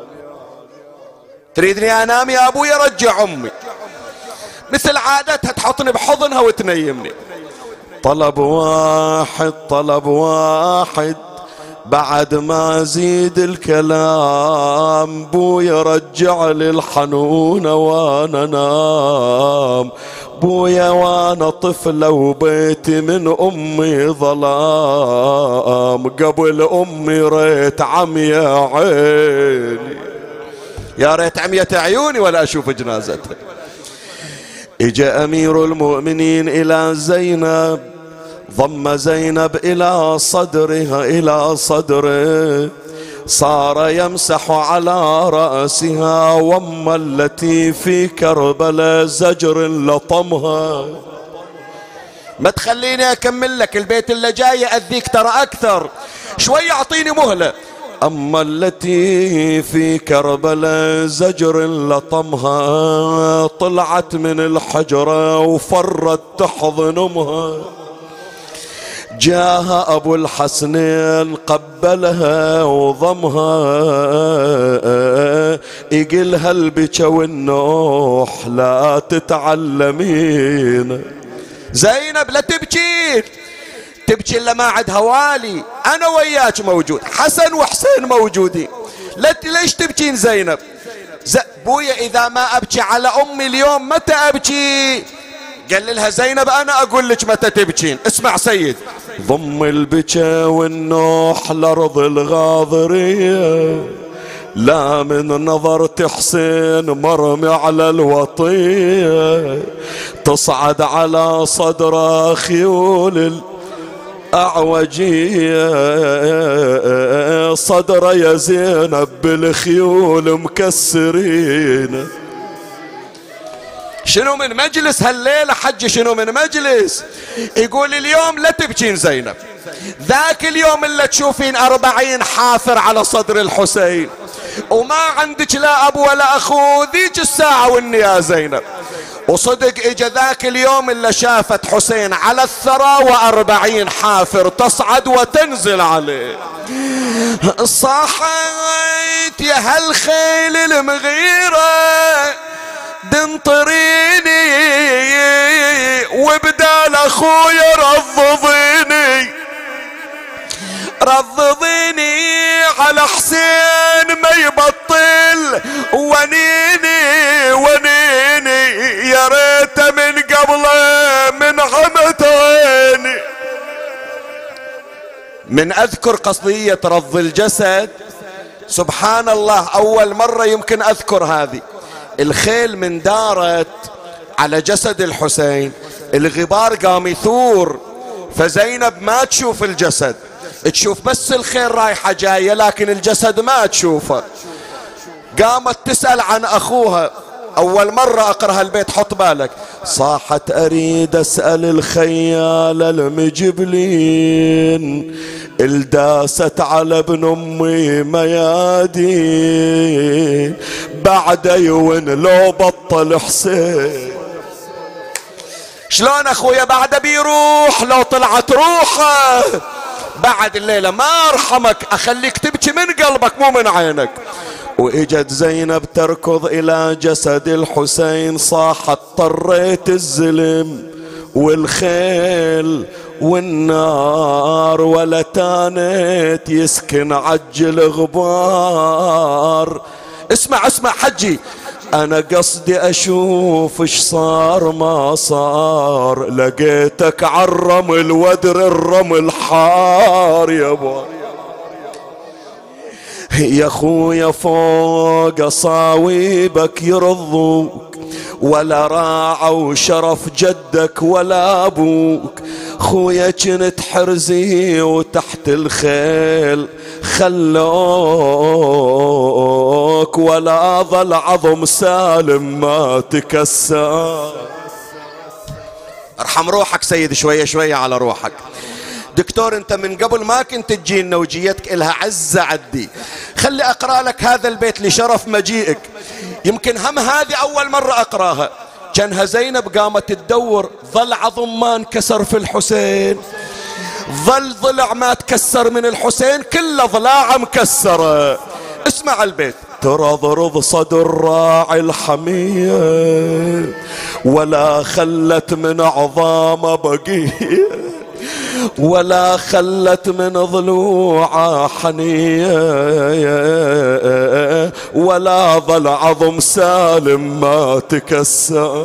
[SPEAKER 1] تريدني انام يا ابويا؟ رجع امي. مثل عادتها تحطني بحضنها وتنيمني. طلب واحد، طلب واحد بعد ما زيد الكلام، بويا رجع لي الحنونة وانا نام، بويا وانا طفلة وبيتي من امي ظلام، قبل امي ريت عمية عيني. يا ريت عمية عيوني ولا اشوف جنازتها. اجا امير المؤمنين الى زينب، ضم زينب الى صدرها، الى صدره، صار يمسح على رأسها، وام التي في كربلاء زجر لطمها. ما تخليني اكمل لك البيت اللي جاي اذيك ترى اكثر شوي، اعطيني مهلة. أما التي في كربلاء زجر لطمها، طلعت من الحجرة وفرت تحضن أمها. جاها أبو الحسنين قبلها وضمها، يقلها البكا والنوح لا تتعلمين. زينب لا تبكين، تبكي الا ما عندها والي، انا وياك موجود، حسن وحسين موجودين، ليش تبكين زينب؟ بويا اذا ما ابكي على امي اليوم متى ابكي؟ قال لها زينب انا اقول لك متى تبكين. اسمع سيد. ضم البكا والنوح لارض الغاضريه، لا من نظرت حسين مرمي على الوطيه، تصعد على صدر خيول أعوجية، صدر يا زينب بالخيول مكسرين. شنو من مجلس هالليلة حجي؟ شنو من مجلس؟ يقول اليوم لا تبكين زينب، ذاك اليوم اللي تشوفين 40 حافر على صدر الحسين وما عندك لا أبو ولا أخو، ذيك الساعة والني يا زينب. وصدق اجا ذاك اليوم اللي شافت حسين على الثرى و40 حافر تصعد وتنزل عليه. صاحت يا هالخيل المغيرة دنطريني، وبدال اخويا رضضيني، رضضيني على حسين ما يبطل ونيني ونيني، يا ريت من قبله من عمت عيني. من اذكر قضية رض الجسد، سبحان الله اول مرة يمكن اذكر هذه. الخيل من دارت على جسد الحسين، الغبار قام يثور، فزينب ما تشوف الجسد، تشوف بس الخيل رايحة جاية لكن الجسد ما تشوفه. قامت تسأل عن أخوها، أول مرة أقرأ هالبيت حط بالك. صاحت أريد أسأل الخيال المجبلين، الداست على ابن أمي ميادين، بعد يون لو بطل حسين. شلون أخويا بعد بيروح؟ لو طلعت روحه بعد الليلة ما أرحمك، أخليك تبكي من قلبك مو من عينك. وإجت زينب تركض إلى جسد الحسين، صاحت طريت الزلم والخيل والنار، ولا تانت يسكن عجل غبار. اسمع اسمع حجي، أنا قصدي أشوف إيش صار ما صار، لقيتك عالرمل ودر الرمل حار يا بوي. يا خويا فوق صاويبك يرضوك، ولا راعوا شرف جدك ولا أبوك. خويا كنت حرزي وتحت الخيل خلوك، ولا ظل عظم سالم ما تكسر. ارحم روحك سيد، شوية شوية على روحك. دكتور انت من قبل ما كنت تجينا وجيتك إلها عزة عدي. خلي أقرأ لك هذا البيت لشرف مجيئك، يمكن هم هذه أول مرة أقراها. كانها زينب قامت تدور، ظل عظم ما انكسر في الحسين، ظل ضلع ما تكسر من الحسين، كله ضلاع مكسرة. اسمع البيت. ترضرض صدر راعي الحمية، ولا خلت من عظام بقية، ولا خلت من ضلوع حنية، ولا ظل عظم سالم ما تكسر.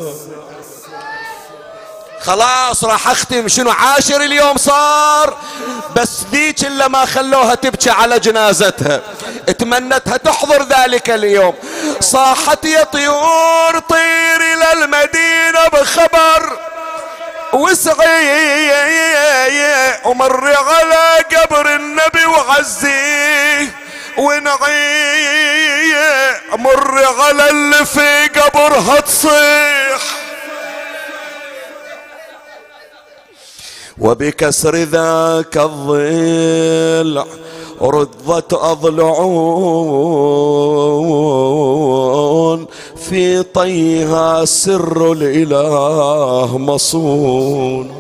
[SPEAKER 1] خلاص راح اختم. شنو 10 اليوم صار، بس ذيك اللي ما خلوها تبكي على جنازتها، اتمنتها تحضر ذلك اليوم. صاحت يا طيور طير الى المدينة بخبر، وسعي ومر على قبر النبي وعزيه، ونعي مر على اللي في قبرها تصيح، وبكسر ذاك الضلع رضت أضلعون، في طيها سر الإله مصون.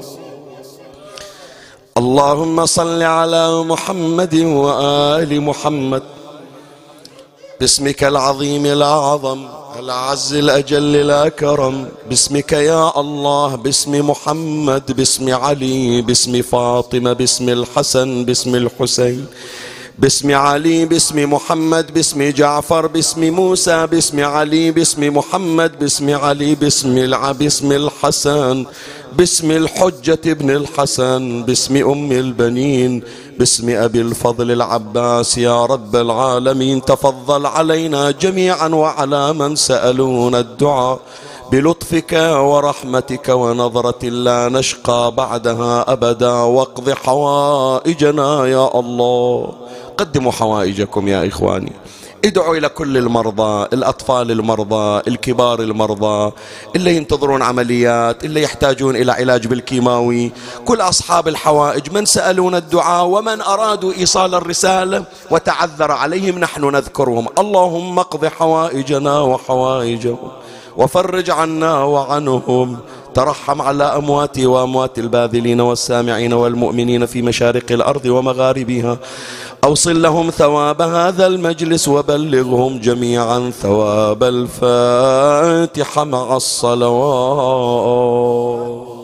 [SPEAKER 1] اللهم صل على محمد وآل محمد، باسمك العظيم الأعظم الأعز الأجل الأكرم، باسمك يا الله، باسم محمد، باسم علي، باسم فاطمة، باسم الحسن، باسم الحسين، باسم علي، باسم محمد، باسم جعفر، باسم موسى، باسم علي، باسم محمد، باسم علي، باسم الحسن، باسم الحجة ابن الحسن، باسم أم البنين، باسم أبي الفضل العباس. يا رب العالمين تفضل علينا جميعا وعلى من سألونا الدعاء بلطفك ورحمتك ونظرة لا نشقى بعدها أبدا، واقض حوائجنا يا الله. قدموا حوائجكم يا إخواني، ادعوا إلى كل المرضى، الأطفال المرضى، الكبار المرضى، اللي ينتظرون عمليات، اللي يحتاجون إلى علاج بالكيماوي، كل أصحاب الحوائج من سألون الدعاء ومن أرادوا إيصال الرسالة وتعذر عليهم نحن نذكرهم. اللهم اقض حوائجنا وحوائجهم وفرج عنا وعنهم. ترحم على أمواتي وأموات الباذلين والسامعين والمؤمنين في مشارق الأرض ومغاربها. أوصل لهم ثواب هذا المجلس وبلغهم جميعا ثواب الفاتحة مع الصلوات.